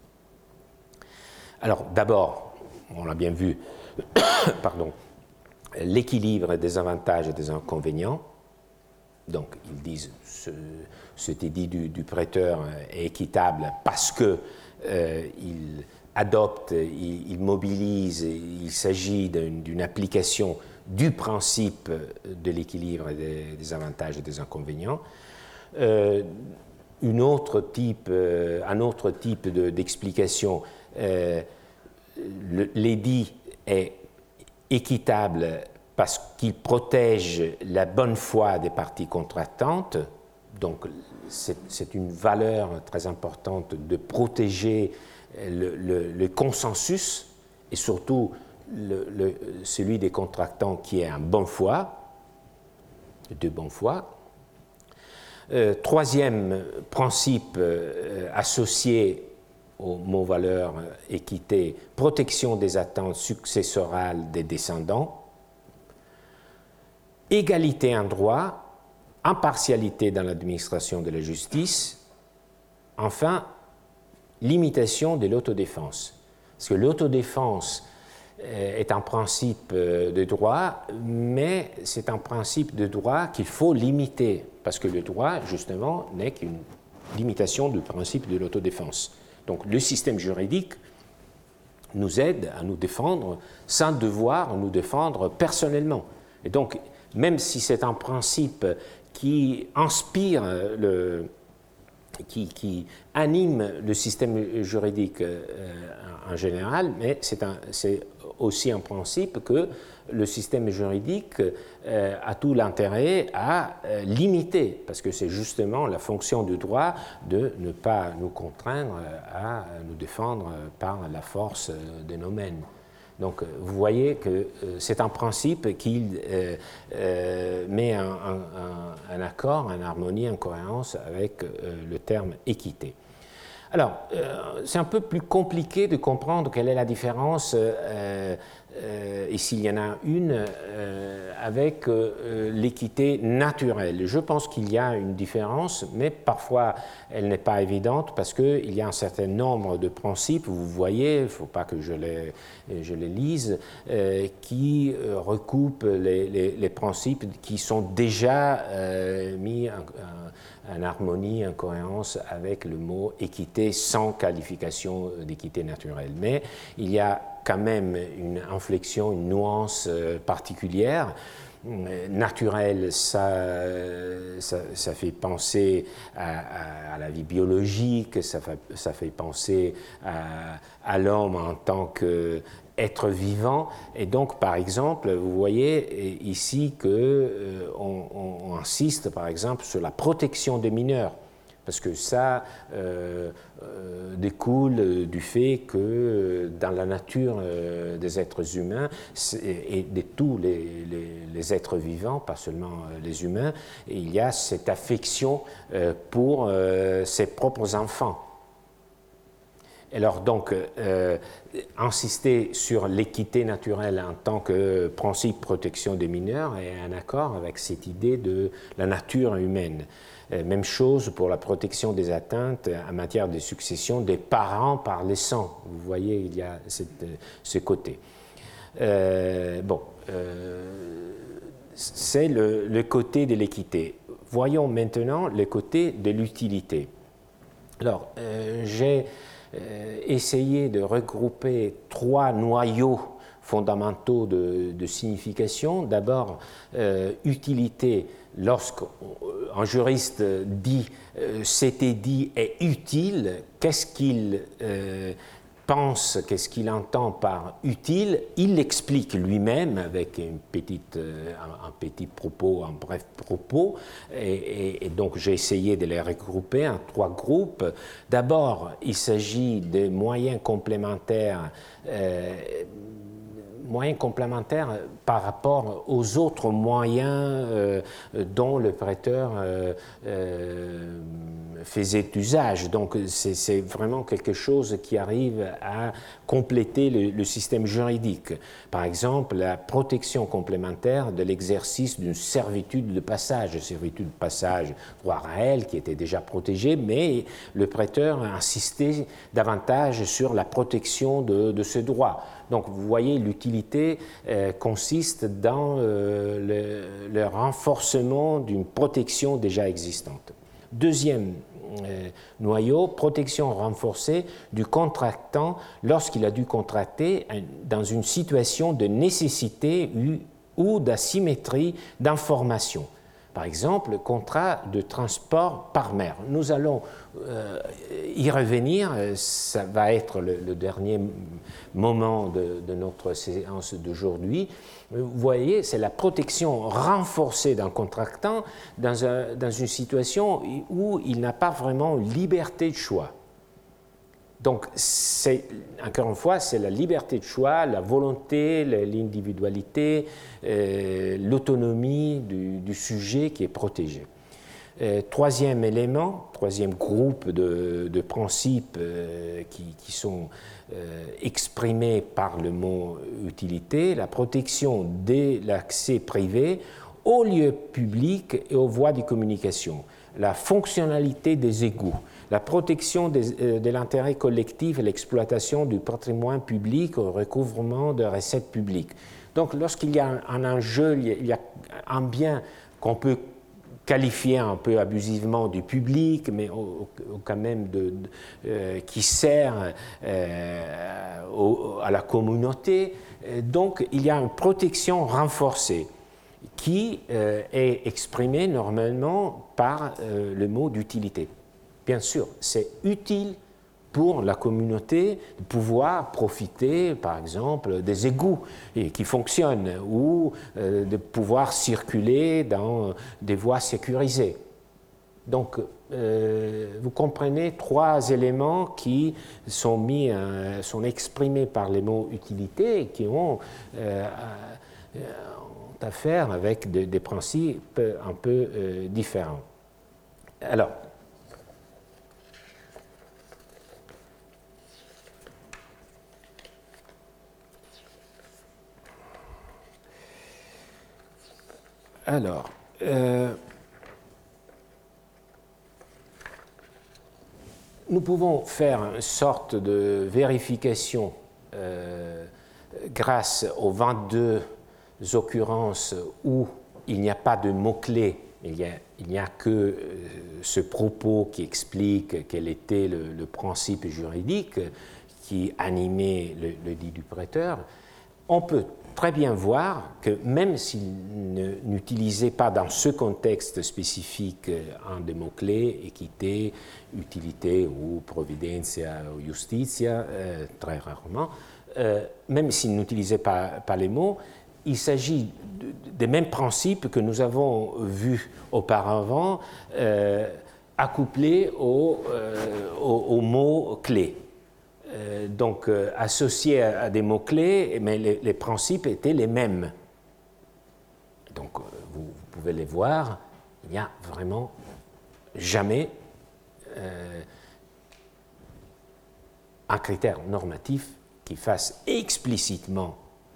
Alors d'abord, on l'a bien vu, pardon, l'équilibre des avantages et des inconvénients. Donc ils disent ce, cet édit du, du prêteur est équitable parce qu'il euh, adopte, il, il mobilise, il s'agit d'une application du principe de l'équilibre des, des avantages et des inconvénients. Euh, une autre type, euh, un autre type d'explication, euh, l'édit est équitable parce qu'il protège la bonne foi des parties contractantes. Donc, c'est une valeur très importante de protéger le, le, le consensus et surtout le, le, celui des contractants qui est en bonne foi, de bonne foi. Euh, troisième principe euh, associé au mot valeur équité, protection des attentes successorales des descendants. Égalité en droit, impartialité dans l'administration de la justice, enfin, limitation de l'autodéfense. Parce que l'autodéfense est un principe de droit, mais c'est un principe de droit qu'il faut limiter, parce que le droit, justement, n'est qu'une limitation du principe de l'autodéfense. Donc le système juridique nous aide à nous défendre sans devoir nous défendre personnellement. Et donc, même si c'est un principe qui inspire, le, qui, qui anime le système juridique euh, en général, mais c'est aussi un principe que le système juridique euh, a tout l'intérêt à euh, limiter, parce que c'est justement la fonction du droit de ne pas nous contraindre à nous défendre par la force de nos mains. Donc, vous voyez que c'est un principe qui euh, euh, met un, un, un accord, en harmonie, en cohérence avec euh, le terme équité. Alors, euh, c'est un peu plus compliqué de comprendre quelle est la différence euh, euh, et s'il y en a une, euh, avec euh, l'équité naturelle. Je pense qu'il y a une différence, mais parfois elle n'est pas évidente parce qu'il y a un certain nombre de principes, vous voyez, il ne faut pas que je les, je les lise, euh, qui euh, recoupent les, les, les principes qui sont déjà euh, mis en, en, en harmonie, en cohérence avec le mot équité sans qualification d'équité naturelle. Mais il y a quand même une inflexion, une nuance particulière. Naturel, ça, ça, ça fait penser à, à, à la vie biologique, ça fait, ça fait penser à, à l'homme en tant qu'être vivant. Et donc, par exemple, vous voyez ici qu'on euh, on, on insiste, par exemple, sur la protection des mineurs. Parce que ça euh, euh, découle du fait que dans la nature euh, des êtres humains et de tous les, les, les êtres vivants, pas seulement les humains, il y a cette affection euh, pour euh, ses propres enfants. Alors donc, euh, insister sur l'équité naturelle en tant que principe de protection des mineurs est en accord avec cette idée de la nature humaine. Même chose pour la protection des atteintes en matière de succession des parents par les sangs. Vous voyez, il y a cette, ce côté. Euh, bon, euh, c'est le, le côté de l'équité. Voyons maintenant le côté de l'utilité. Alors, euh, j'ai euh, essayé de regrouper trois noyaux fondamentaux de, de signification. D'abord, euh, utilité. Lorsqu'un juriste dit euh, « c'était dit est utile », qu'est-ce qu'il euh, pense, qu'est-ce qu'il entend par « utile », il l'explique lui-même avec une petite, euh, un, un petit propos, un bref propos, et, et, et donc j'ai essayé de les regrouper en trois groupes. D'abord, il s'agit de moyens complémentaires euh, moyens complémentaires par rapport aux autres moyens euh, dont le prêteur euh, euh, faisait usage. Donc c'est vraiment quelque chose qui arrive à compléter le, le système juridique. Par exemple, la protection complémentaire de l'exercice d'une servitude de passage, servitude de passage, droit réel qui était déjà protégé, mais le prêteur a insisté davantage sur la protection de, de ce droit. Donc, vous voyez, l'utilité euh, consiste dans euh, le, le renforcement d'une protection déjà existante. Deuxième euh, noyau, protection renforcée du contractant lorsqu'il a dû contracter dans une situation de nécessité ou d'asymétrie d'information. Par exemple, le contrat de transport par mer. Nous allons euh, y revenir, ça va être le, le dernier moment de, de notre séance d'aujourd'hui. Vous voyez, c'est la protection renforcée d'un contractant dans, un, dans une situation où il n'a pas vraiment liberté de choix. Donc, encore une fois, c'est la liberté de choix, la volonté, l'individualité, euh, l'autonomie du, du sujet qui est protégé. Euh, troisième élément, troisième groupe de, de principes euh, qui, qui sont euh, exprimés par le mot utilité, la protection de l'accès privé aux lieux publics et aux voies de communication, la fonctionnalité des égouts, la protection des, euh, de l'intérêt collectif et l'exploitation du patrimoine public au recouvrement de recettes publiques. Donc, lorsqu'il y a un, un enjeu, il y a un bien qu'on peut qualifié un peu abusivement du public, mais au, au, quand même de, de, euh, qui sert euh, au, à la communauté. Donc, il y a une protection renforcée qui euh, est exprimée normalement par euh, le mot d'utilité. Bien sûr, c'est utile pour la communauté de pouvoir profiter, par exemple, des égouts qui fonctionnent ou euh, de pouvoir circuler dans des voies sécurisées. Donc, euh, vous comprenez trois éléments qui sont, mis, euh, sont exprimés par les mots utilité et qui ont euh, à faire avec de, des principes un peu euh, différents. Alors, Alors, euh, nous pouvons faire une sorte de vérification euh, grâce aux vingt-deux occurrences où il n'y a pas de mots-clés, il n'y a, a que euh, ce propos qui explique quel était le, le principe juridique qui animait le, le dit du prêteur. On peut très bien voir que même s'il n'utilisait pas dans ce contexte spécifique un des mots-clés, équité, utilité ou providencia ou justitia, euh, très rarement, euh, même s'il n'utilisait pas, pas les mots, il s'agit de, des mêmes principes que nous avons vus auparavant, euh, accouplés aux, euh, aux, aux mots-clés. Euh, donc euh, associés à, à des mots-clés, mais les, les principes étaient les mêmes. Donc euh, vous, vous pouvez les voir, il n'y a vraiment jamais euh, un critère normatif qui fasse explicitement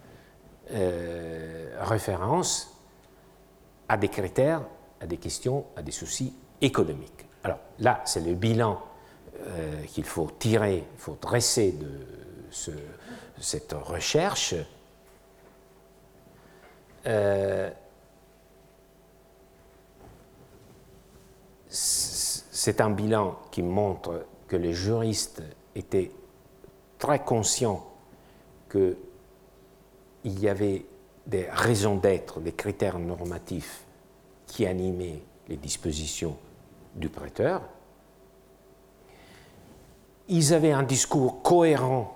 euh, référence à des critères, à des questions, à des soucis économiques. Alors là, c'est le bilan Euh, qu'il faut tirer, il faut dresser de ce, cette recherche. Euh, c'est un bilan qui montre que les juristes étaient très conscients qu'il y avait des raisons d'être, des critères normatifs qui animaient les dispositions du prêteur. Ils avaient un discours cohérent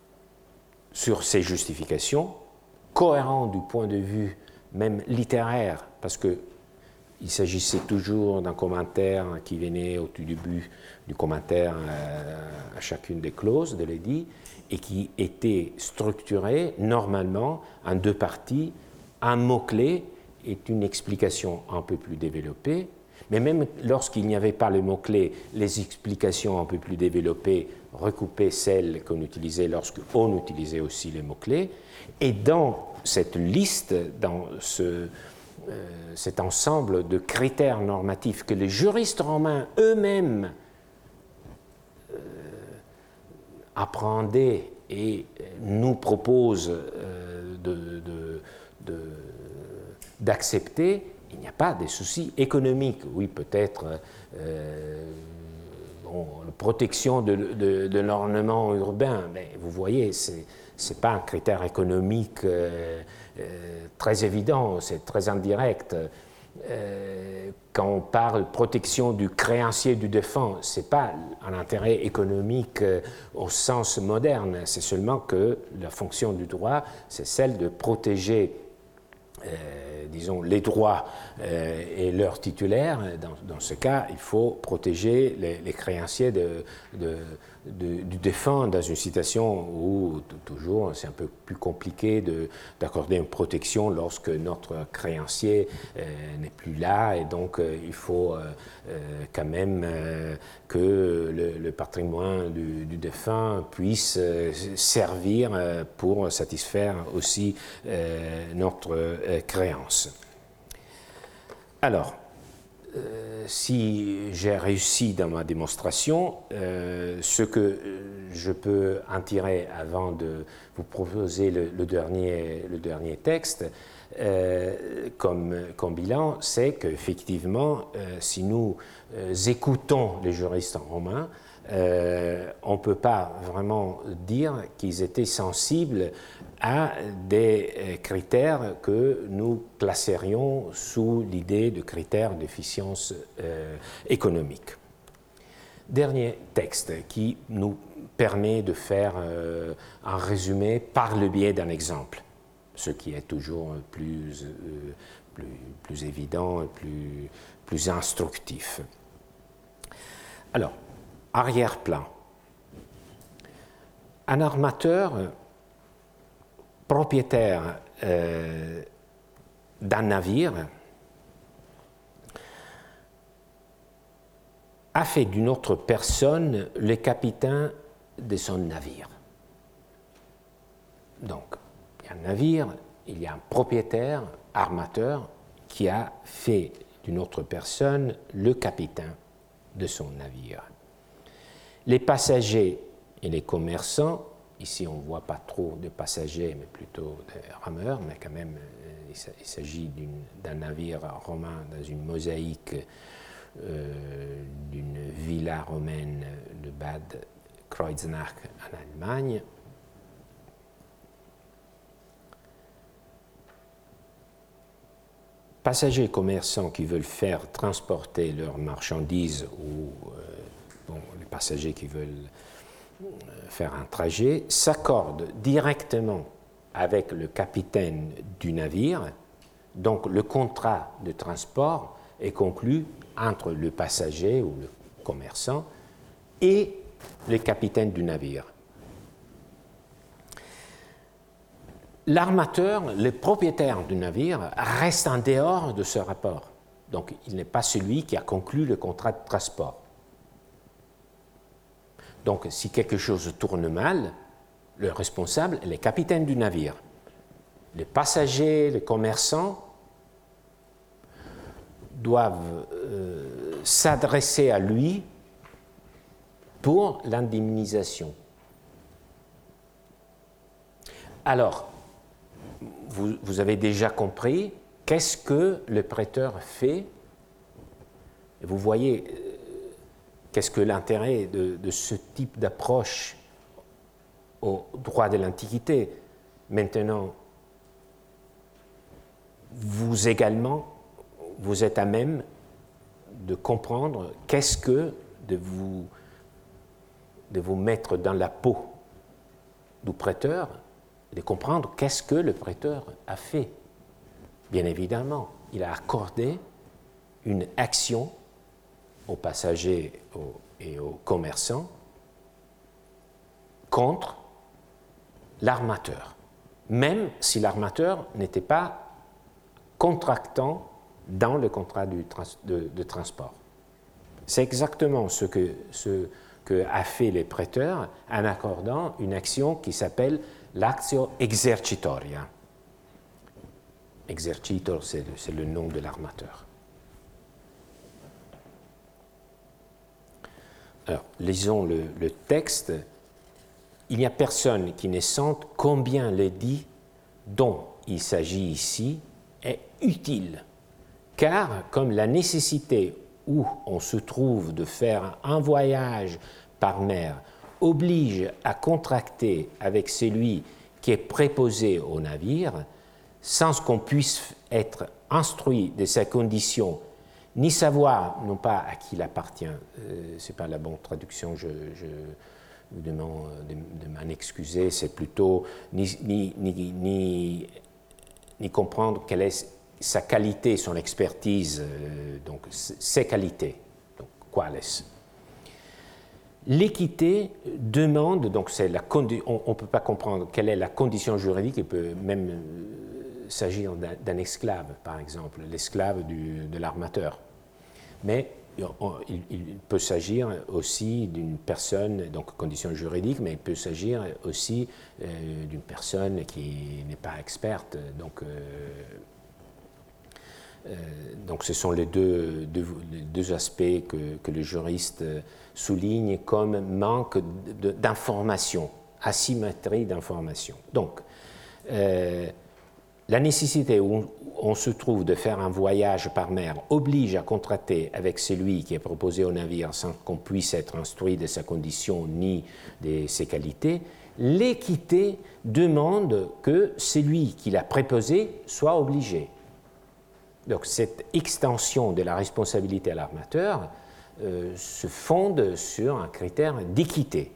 sur ces justifications, cohérent du point de vue même littéraire, parce qu'il s'agissait toujours d'un commentaire qui venait au tout début du commentaire à chacune des clauses de l'édit et qui était structuré normalement en deux parties. Un mot-clé est une explication un peu plus développée. Mais même lorsqu'il n'y avait pas le mot-clé, les explications un peu plus développées recoupaient celles qu'on utilisait lorsqu'on utilisait aussi les mots-clés. Et dans cette liste, dans ce, euh, cet ensemble de critères normatifs que les juristes romains eux-mêmes euh, apprendaient et nous proposent euh, de, de, de, d'accepter, il n'y a pas de soucis économiques. Oui, peut-être euh, bon, la protection de, de, de l'ornement urbain, mais vous voyez, ce n'est pas un critère économique euh, euh, très évident, c'est très indirect. Euh, quand on parle protection du créancier du défunt, ce n'est pas un intérêt économique euh, au sens moderne, c'est seulement que la fonction du droit, c'est celle de protéger Euh, disons, les droits euh, et leurs titulaires. Dans, dans ce cas, il faut protéger les, les créanciers de, de, de, du défunt dans une situation où, toujours, c'est un peu plus compliqué d'accorder une protection lorsque notre créancier euh, n'est plus là, et donc euh, il faut euh, euh, quand même euh, que le, le patrimoine du, du défunt puisse euh, servir euh, pour satisfaire aussi euh, notre euh, créance. Alors, euh, si j'ai réussi dans ma démonstration, euh, ce que je peux en tirer avant de vous proposer le, le, dernier, le dernier texte euh, comme, comme bilan, c'est qu'effectivement, euh, si nous euh, écoutons les juristes romains, euh, on ne peut pas vraiment dire qu'ils étaient sensibles à des critères que nous classerions sous l'idée de critères d'efficience euh, économique. Dernier texte qui nous permet de faire euh, un résumé par le biais d'un exemple, ce qui est toujours plus, euh, plus, plus évident et plus, plus instructif. Alors, arrière-plan. Un armateur propriétaire euh, d'un navire a fait d'une autre personne le capitaine de son navire. Donc, il y a un navire, il y a un propriétaire, armateur, qui a fait d'une autre personne le capitaine de son navire. Les passagers et les commerçants, ici on ne voit pas trop de passagers, mais plutôt des rameurs, mais quand même il s'agit d'un navire romain dans une mosaïque euh, d'une villa romaine de Bad Kreuznach en Allemagne. Passagers et commerçants qui veulent faire transporter leurs marchandises ou euh, bon, les passagers qui veulent faire un trajet s'accordent directement avec le capitaine du navire. Donc le contrat de transport est conclu entre le passager ou le commerçant et le capitaine du navire. L'armateur, le propriétaire du navire, reste en dehors de ce rapport. Donc il n'est pas celui qui a conclu le contrat de transport. Donc si quelque chose tourne mal, le responsable est le capitaine du navire. Les passagers, les commerçants doivent euh, s'adresser à lui pour l'indemnisation. Alors, vous, vous avez déjà compris qu'est-ce que le prêteur fait. Vous voyez euh, qu'est-ce que l'intérêt de, de ce type d'approche au droit de l'Antiquité. Maintenant, vous également, vous êtes à même de comprendre qu'est-ce que de vous, de vous mettre dans la peau du prêteur, de comprendre qu'est-ce que le prêteur a fait. Bien évidemment, il a accordé une action aux passagers et aux commerçants contre l'armateur, même si l'armateur n'était pas contractant dans le contrat du trans, de, de transport. C'est exactement ce que, ce que a fait les prêteurs en accordant une action qui s'appelle l'actio exercitoria. Exercitor, c'est le, c'est le nom de l'armateur. Alors, lisons le, le texte. Il n'y a personne qui ne sente combien l'édit dont il s'agit ici est utile, car comme la nécessité où on se trouve de faire un voyage par mer oblige à contracter avec celui qui est préposé au navire, sans qu'on puisse être instruit de sa condition, ni savoir, non pas à qui il appartient, euh, ce n'est pas la bonne traduction, je, je vous demande de, de m'en excuser, c'est plutôt ni, ni, ni, ni, ni comprendre quelle est sa qualité, son expertise, euh, donc ses qualités, donc quales. L'équité demande, donc c'est la condi- on ne peut pas comprendre quelle est la condition juridique, il peut même euh, s'agir d'un, d'un esclave, par exemple, l'esclave du, de l'armateur. Mais on, il, il peut s'agir aussi d'une personne, donc condition juridique, mais il peut s'agir aussi euh, d'une personne qui n'est pas experte, donc... Euh, Euh, donc ce sont les deux, deux, les deux aspects que, que le juriste souligne comme manque de, d'information, asymétrie d'information. Donc, euh, la nécessité où on se trouve de faire un voyage par mer oblige à contracter avec celui qui est proposé au navire sans qu'on puisse être instruit de sa condition ni de ses qualités. L'équité demande que celui qui l'a préposé soit obligé. Donc cette extension de la responsabilité à l'armateur euh, se fonde sur un critère d'équité.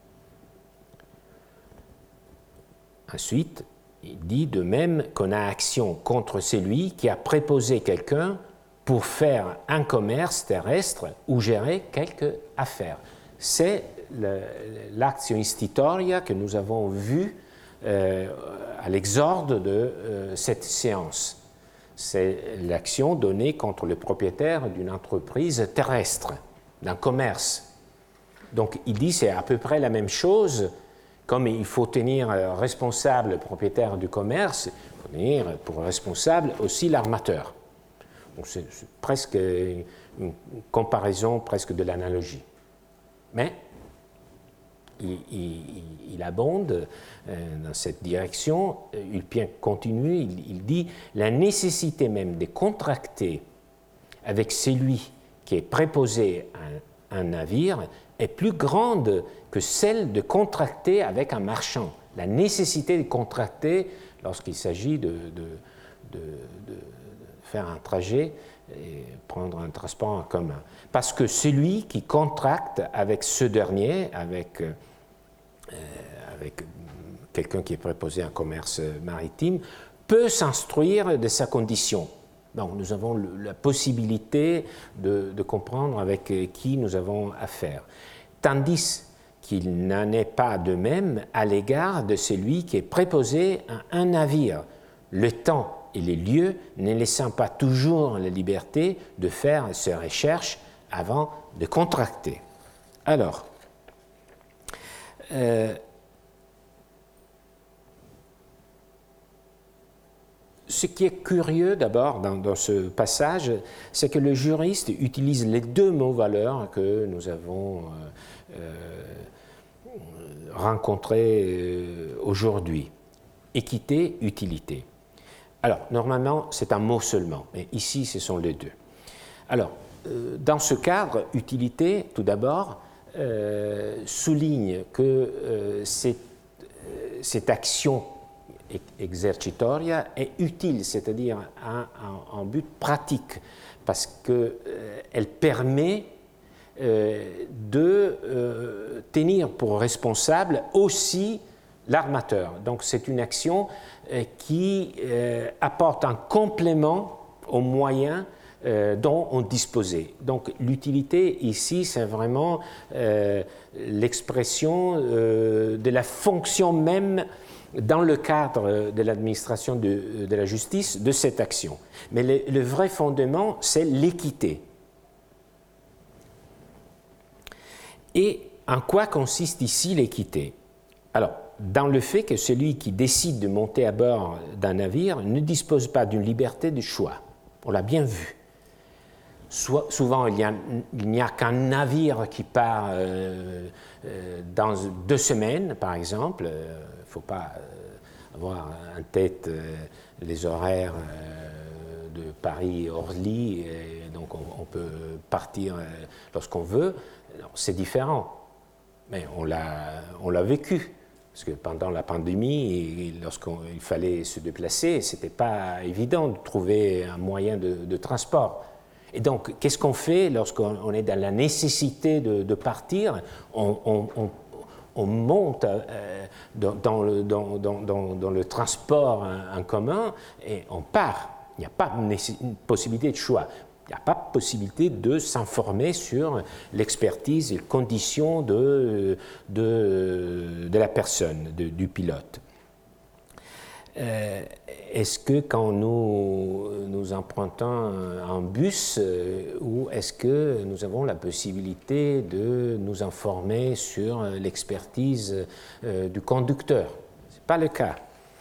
Ensuite, il dit de même qu'on a action contre celui qui a préposé quelqu'un pour faire un commerce terrestre ou gérer quelque affaire. C'est le, l'actio institoria que nous avons vu euh, à l'exorde de euh, cette séance. C'est l'action donnée contre le propriétaire d'une entreprise terrestre, d'un commerce. Donc il dit c'est à peu près la même chose, comme il faut tenir responsable le propriétaire du commerce, il faut tenir pour responsable aussi l'armateur. c'est presque une comparaison, presque de l'analogie. Mais il, il, il abonde dans cette direction. Ulpien continue, il, il dit « La nécessité même de contracter avec celui qui est préposé à un, un navire est plus grande que celle de contracter avec un marchand. » La nécessité de contracter lorsqu'il s'agit de, de, de, de faire un trajet et prendre un transport en commun. Parce que celui qui contracte avec ce dernier, avec, euh, avec quelqu'un qui est préposé à un commerce maritime, peut s'instruire de sa condition. Donc, nous avons le, la possibilité de, de comprendre avec qui nous avons affaire. Tandis qu'il n'en est pas de même à l'égard de celui qui est préposé à un navire, le temps et les lieux ne laissant pas toujours la liberté de faire ses recherches avant de contracter. Alors, euh, ce qui est curieux d'abord dans, dans ce passage, c'est que le juriste utilise les deux mots valeurs que nous avons euh, euh, rencontrés euh, aujourd'hui, équité, utilité. Alors, normalement, c'est un mot seulement, mais ici, ce sont les deux. Alors, euh, dans ce cadre, utilité, tout d'abord, euh, souligne que euh, cette, euh, cette action exercitoria est utile, c'est-à-dire en but pratique, parce qu'elle euh, permet euh, de euh, tenir pour responsable aussi l'armateur. Donc c'est une action euh, qui euh, apporte un complément aux moyens euh, dont on disposait. Donc l'utilité ici, c'est vraiment euh, l'expression euh, de la fonction même dans le cadre de l'administration de, de la justice de cette action. Mais le, le vrai fondement, c'est l'équité. Et en quoi consiste ici l'équité? Alors, dans le fait que celui qui décide de monter à bord d'un navire ne dispose pas d'une liberté de choix. On l'a bien vu. Soit, souvent, il n'y a, a qu'un navire qui part euh, euh, dans deux semaines, par exemple. Il ne faut pas euh, avoir en tête euh, les horaires euh, de Paris-Orly, et donc on, on peut partir euh, lorsqu'on veut. C'est différent, mais on l'a, on l'a vécu. Parce que pendant la pandémie, lorsqu'il fallait se déplacer, ce n'était pas évident de trouver un moyen de, de transport. Et donc, qu'est-ce qu'on fait lorsqu'on est dans la nécessité de, de partir? On, on, on, on monte euh, dans, dans, le, dans, dans, dans le transport en, en commun et on part. Il n'y a pas une possibilité de choix. Il n'y a pas de possibilité de s'informer sur l'expertise et les conditions de, de, de la personne, de, du pilote. Euh, est-ce que quand nous, nous empruntons un bus, euh, ou est-ce que nous avons la possibilité de nous informer sur l'expertise euh, du conducteur? Ce n'est pas le cas.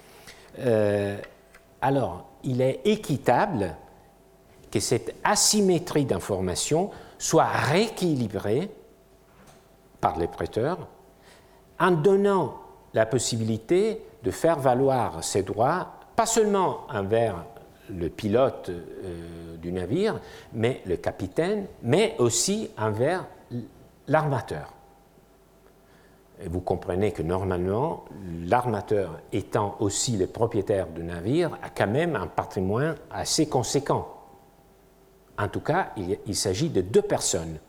Euh, alors, il est équitable que cette asymétrie d'information soit rééquilibrée par les prêteurs en donnant la possibilité de faire valoir ses droits, pas seulement envers le pilote euh, du navire, mais le capitaine, mais aussi envers l'armateur. Et vous comprenez que normalement, l'armateur étant aussi le propriétaire du navire, a quand même un patrimoine assez conséquent. En tout cas, il, il s'agit de deux personnes.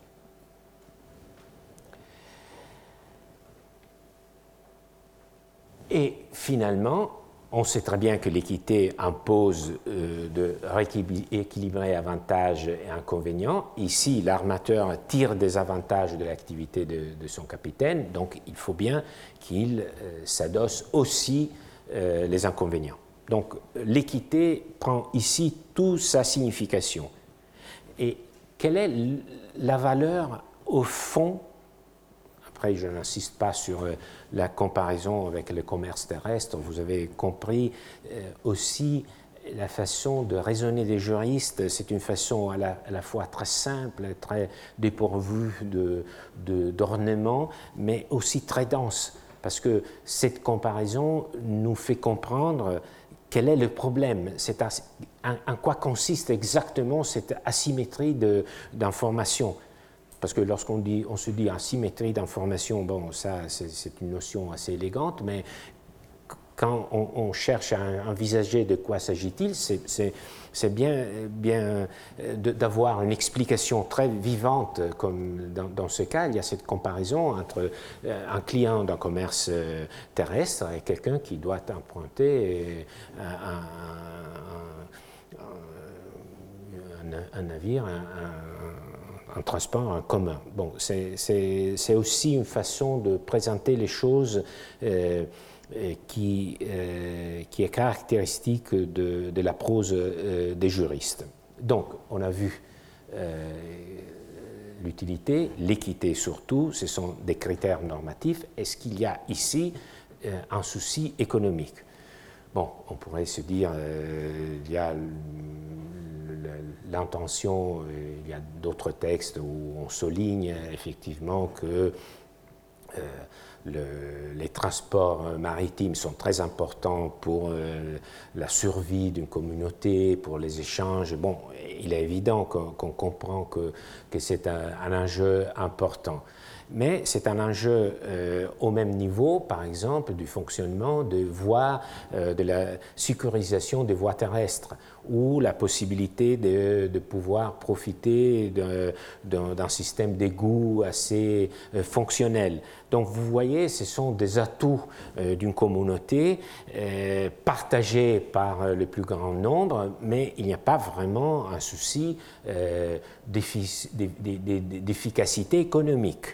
Et finalement, on sait très bien que l'équité impose euh, de rééquilibrer avantages et inconvénients. Ici, l'armateur tire des avantages de l'activité de, de son capitaine, donc il faut bien qu'il euh, s'adosse aussi euh, les inconvénients. Donc l'équité prend ici toute sa signification. Et quelle est la valeur au fond? Après, je n'insiste pas sur la comparaison avec le commerce terrestre. Vous avez compris euh, aussi la façon de raisonner des juristes, c'est une façon à la, à la fois très simple, très dépourvue de, de, d'ornement, mais aussi très dense, parce que cette comparaison nous fait comprendre quel est le problème, c'est en, en quoi consiste exactement cette asymétrie d'information. Parce que lorsqu'on dit, on se dit asymétrie d'information, bon, ça c'est une notion assez élégante, mais quand on, on cherche à envisager de quoi s'agit-il, c'est bien, bien d'avoir une explication très vivante, comme dans, dans ce cas, il y a cette comparaison entre un client d'un commerce terrestre et quelqu'un qui doit emprunter un, un, un, un navire, un, un, un transport en commun. Bon, c'est aussi une façon de présenter les choses euh, Qui, euh, qui est caractéristique de, de la prose euh, des juristes. Donc, on a vu euh, l'utilité, l'équité surtout, ce sont des critères normatifs. Est-ce qu'il y a ici euh, un souci économique? Bon, on pourrait se dire, euh, il y a l'intention, il y a d'autres textes où on souligne effectivement que euh, Le, les transports maritimes sont très importants pour euh, la survie d'une communauté, pour les échanges. Bon, il est évident qu'on qu'on comprend que, que c'est un, un enjeu important. Mais c'est un enjeu euh, au même niveau, par exemple, du fonctionnement de voies, euh, de la sécurisation des voies terrestres, ou la possibilité de, de pouvoir profiter d'un système d'égout assez euh, fonctionnel. Donc vous voyez, ce sont des atouts euh, d'une communauté euh, partagés par le plus grand nombre, mais il n'y a pas vraiment un souci euh, d'efficacité économique.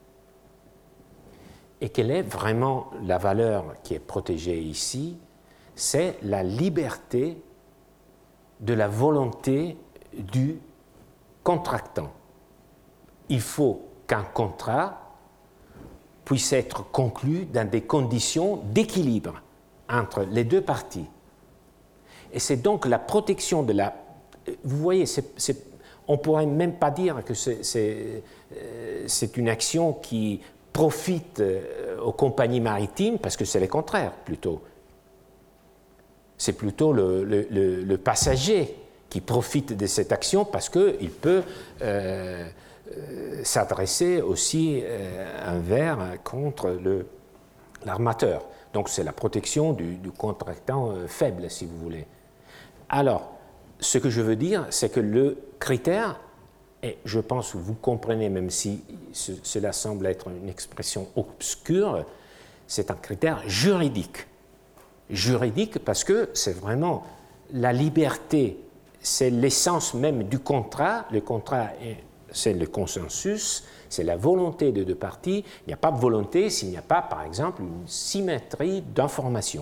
Et quelle est vraiment la valeur qui est protégée ici? C'est la liberté de la volonté du contractant. Il faut qu'un contrat puisse être conclu dans des conditions d'équilibre entre les deux parties. Et c'est donc la protection de la... Vous voyez, c'est, c'est, on ne pourrait même pas dire que c'est une action qui profite aux compagnies maritimes, parce que c'est le contraire, plutôt. C'est plutôt le, le, le, le passager qui profite de cette action parce qu'il peut euh, euh, s'adresser aussi euh, envers, contre l'armateur. Donc c'est la protection du, du contractant euh, faible, si vous voulez. Alors, ce que je veux dire, c'est que le critère, et je pense que vous comprenez, même si ce, cela semble être une expression obscure, c'est un critère juridique. Juridique parce que c'est vraiment la liberté, c'est l'essence même du contrat. Le contrat, c'est le consensus, c'est la volonté des deux parties. Il n'y a pas de volonté s'il n'y a pas, par exemple, une symétrie d'information.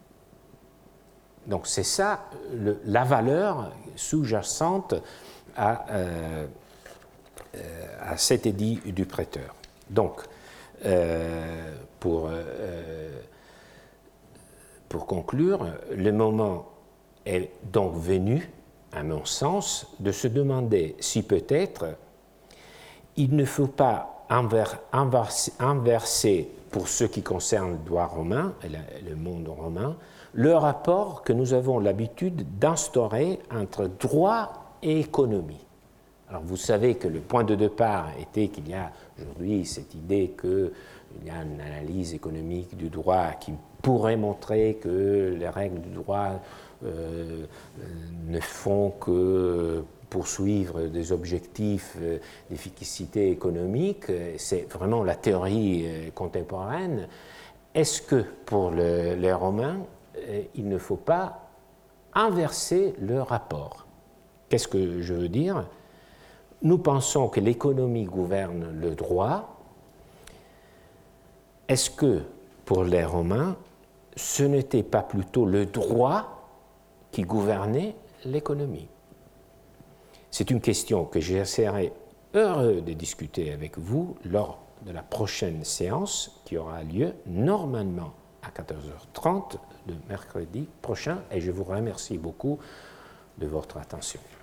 Donc c'est ça le, la valeur sous-jacente à, euh, à cet édit du prêteur. Donc, euh, pour... Euh, Pour conclure, le moment est donc venu, à mon sens, de se demander si peut-être il ne faut pas inverser, pour ce qui concerne le droit romain et le monde romain, le rapport que nous avons l'habitude d'instaurer entre droit et économie. Alors vous savez que le point de départ était qu'il y a aujourd'hui cette idée qu'il y a une analyse économique du droit qui pourrait montrer que les règles du droit euh, ne font que poursuivre des objectifs d'efficacité économique. C'est vraiment la théorie contemporaine. Est-ce que pour le, les Romains, il ne faut pas inverser le rapport? Qu'est-ce que je veux dire? Nous pensons que l'économie gouverne le droit. Est-ce que pour les Romains, ce n'était pas plutôt le droit qui gouvernait l'économie? C'est une question que je serai heureux de discuter avec vous lors de la prochaine séance qui aura lieu normalement à quatorze heures trente de mercredi prochain et je vous remercie beaucoup de votre attention.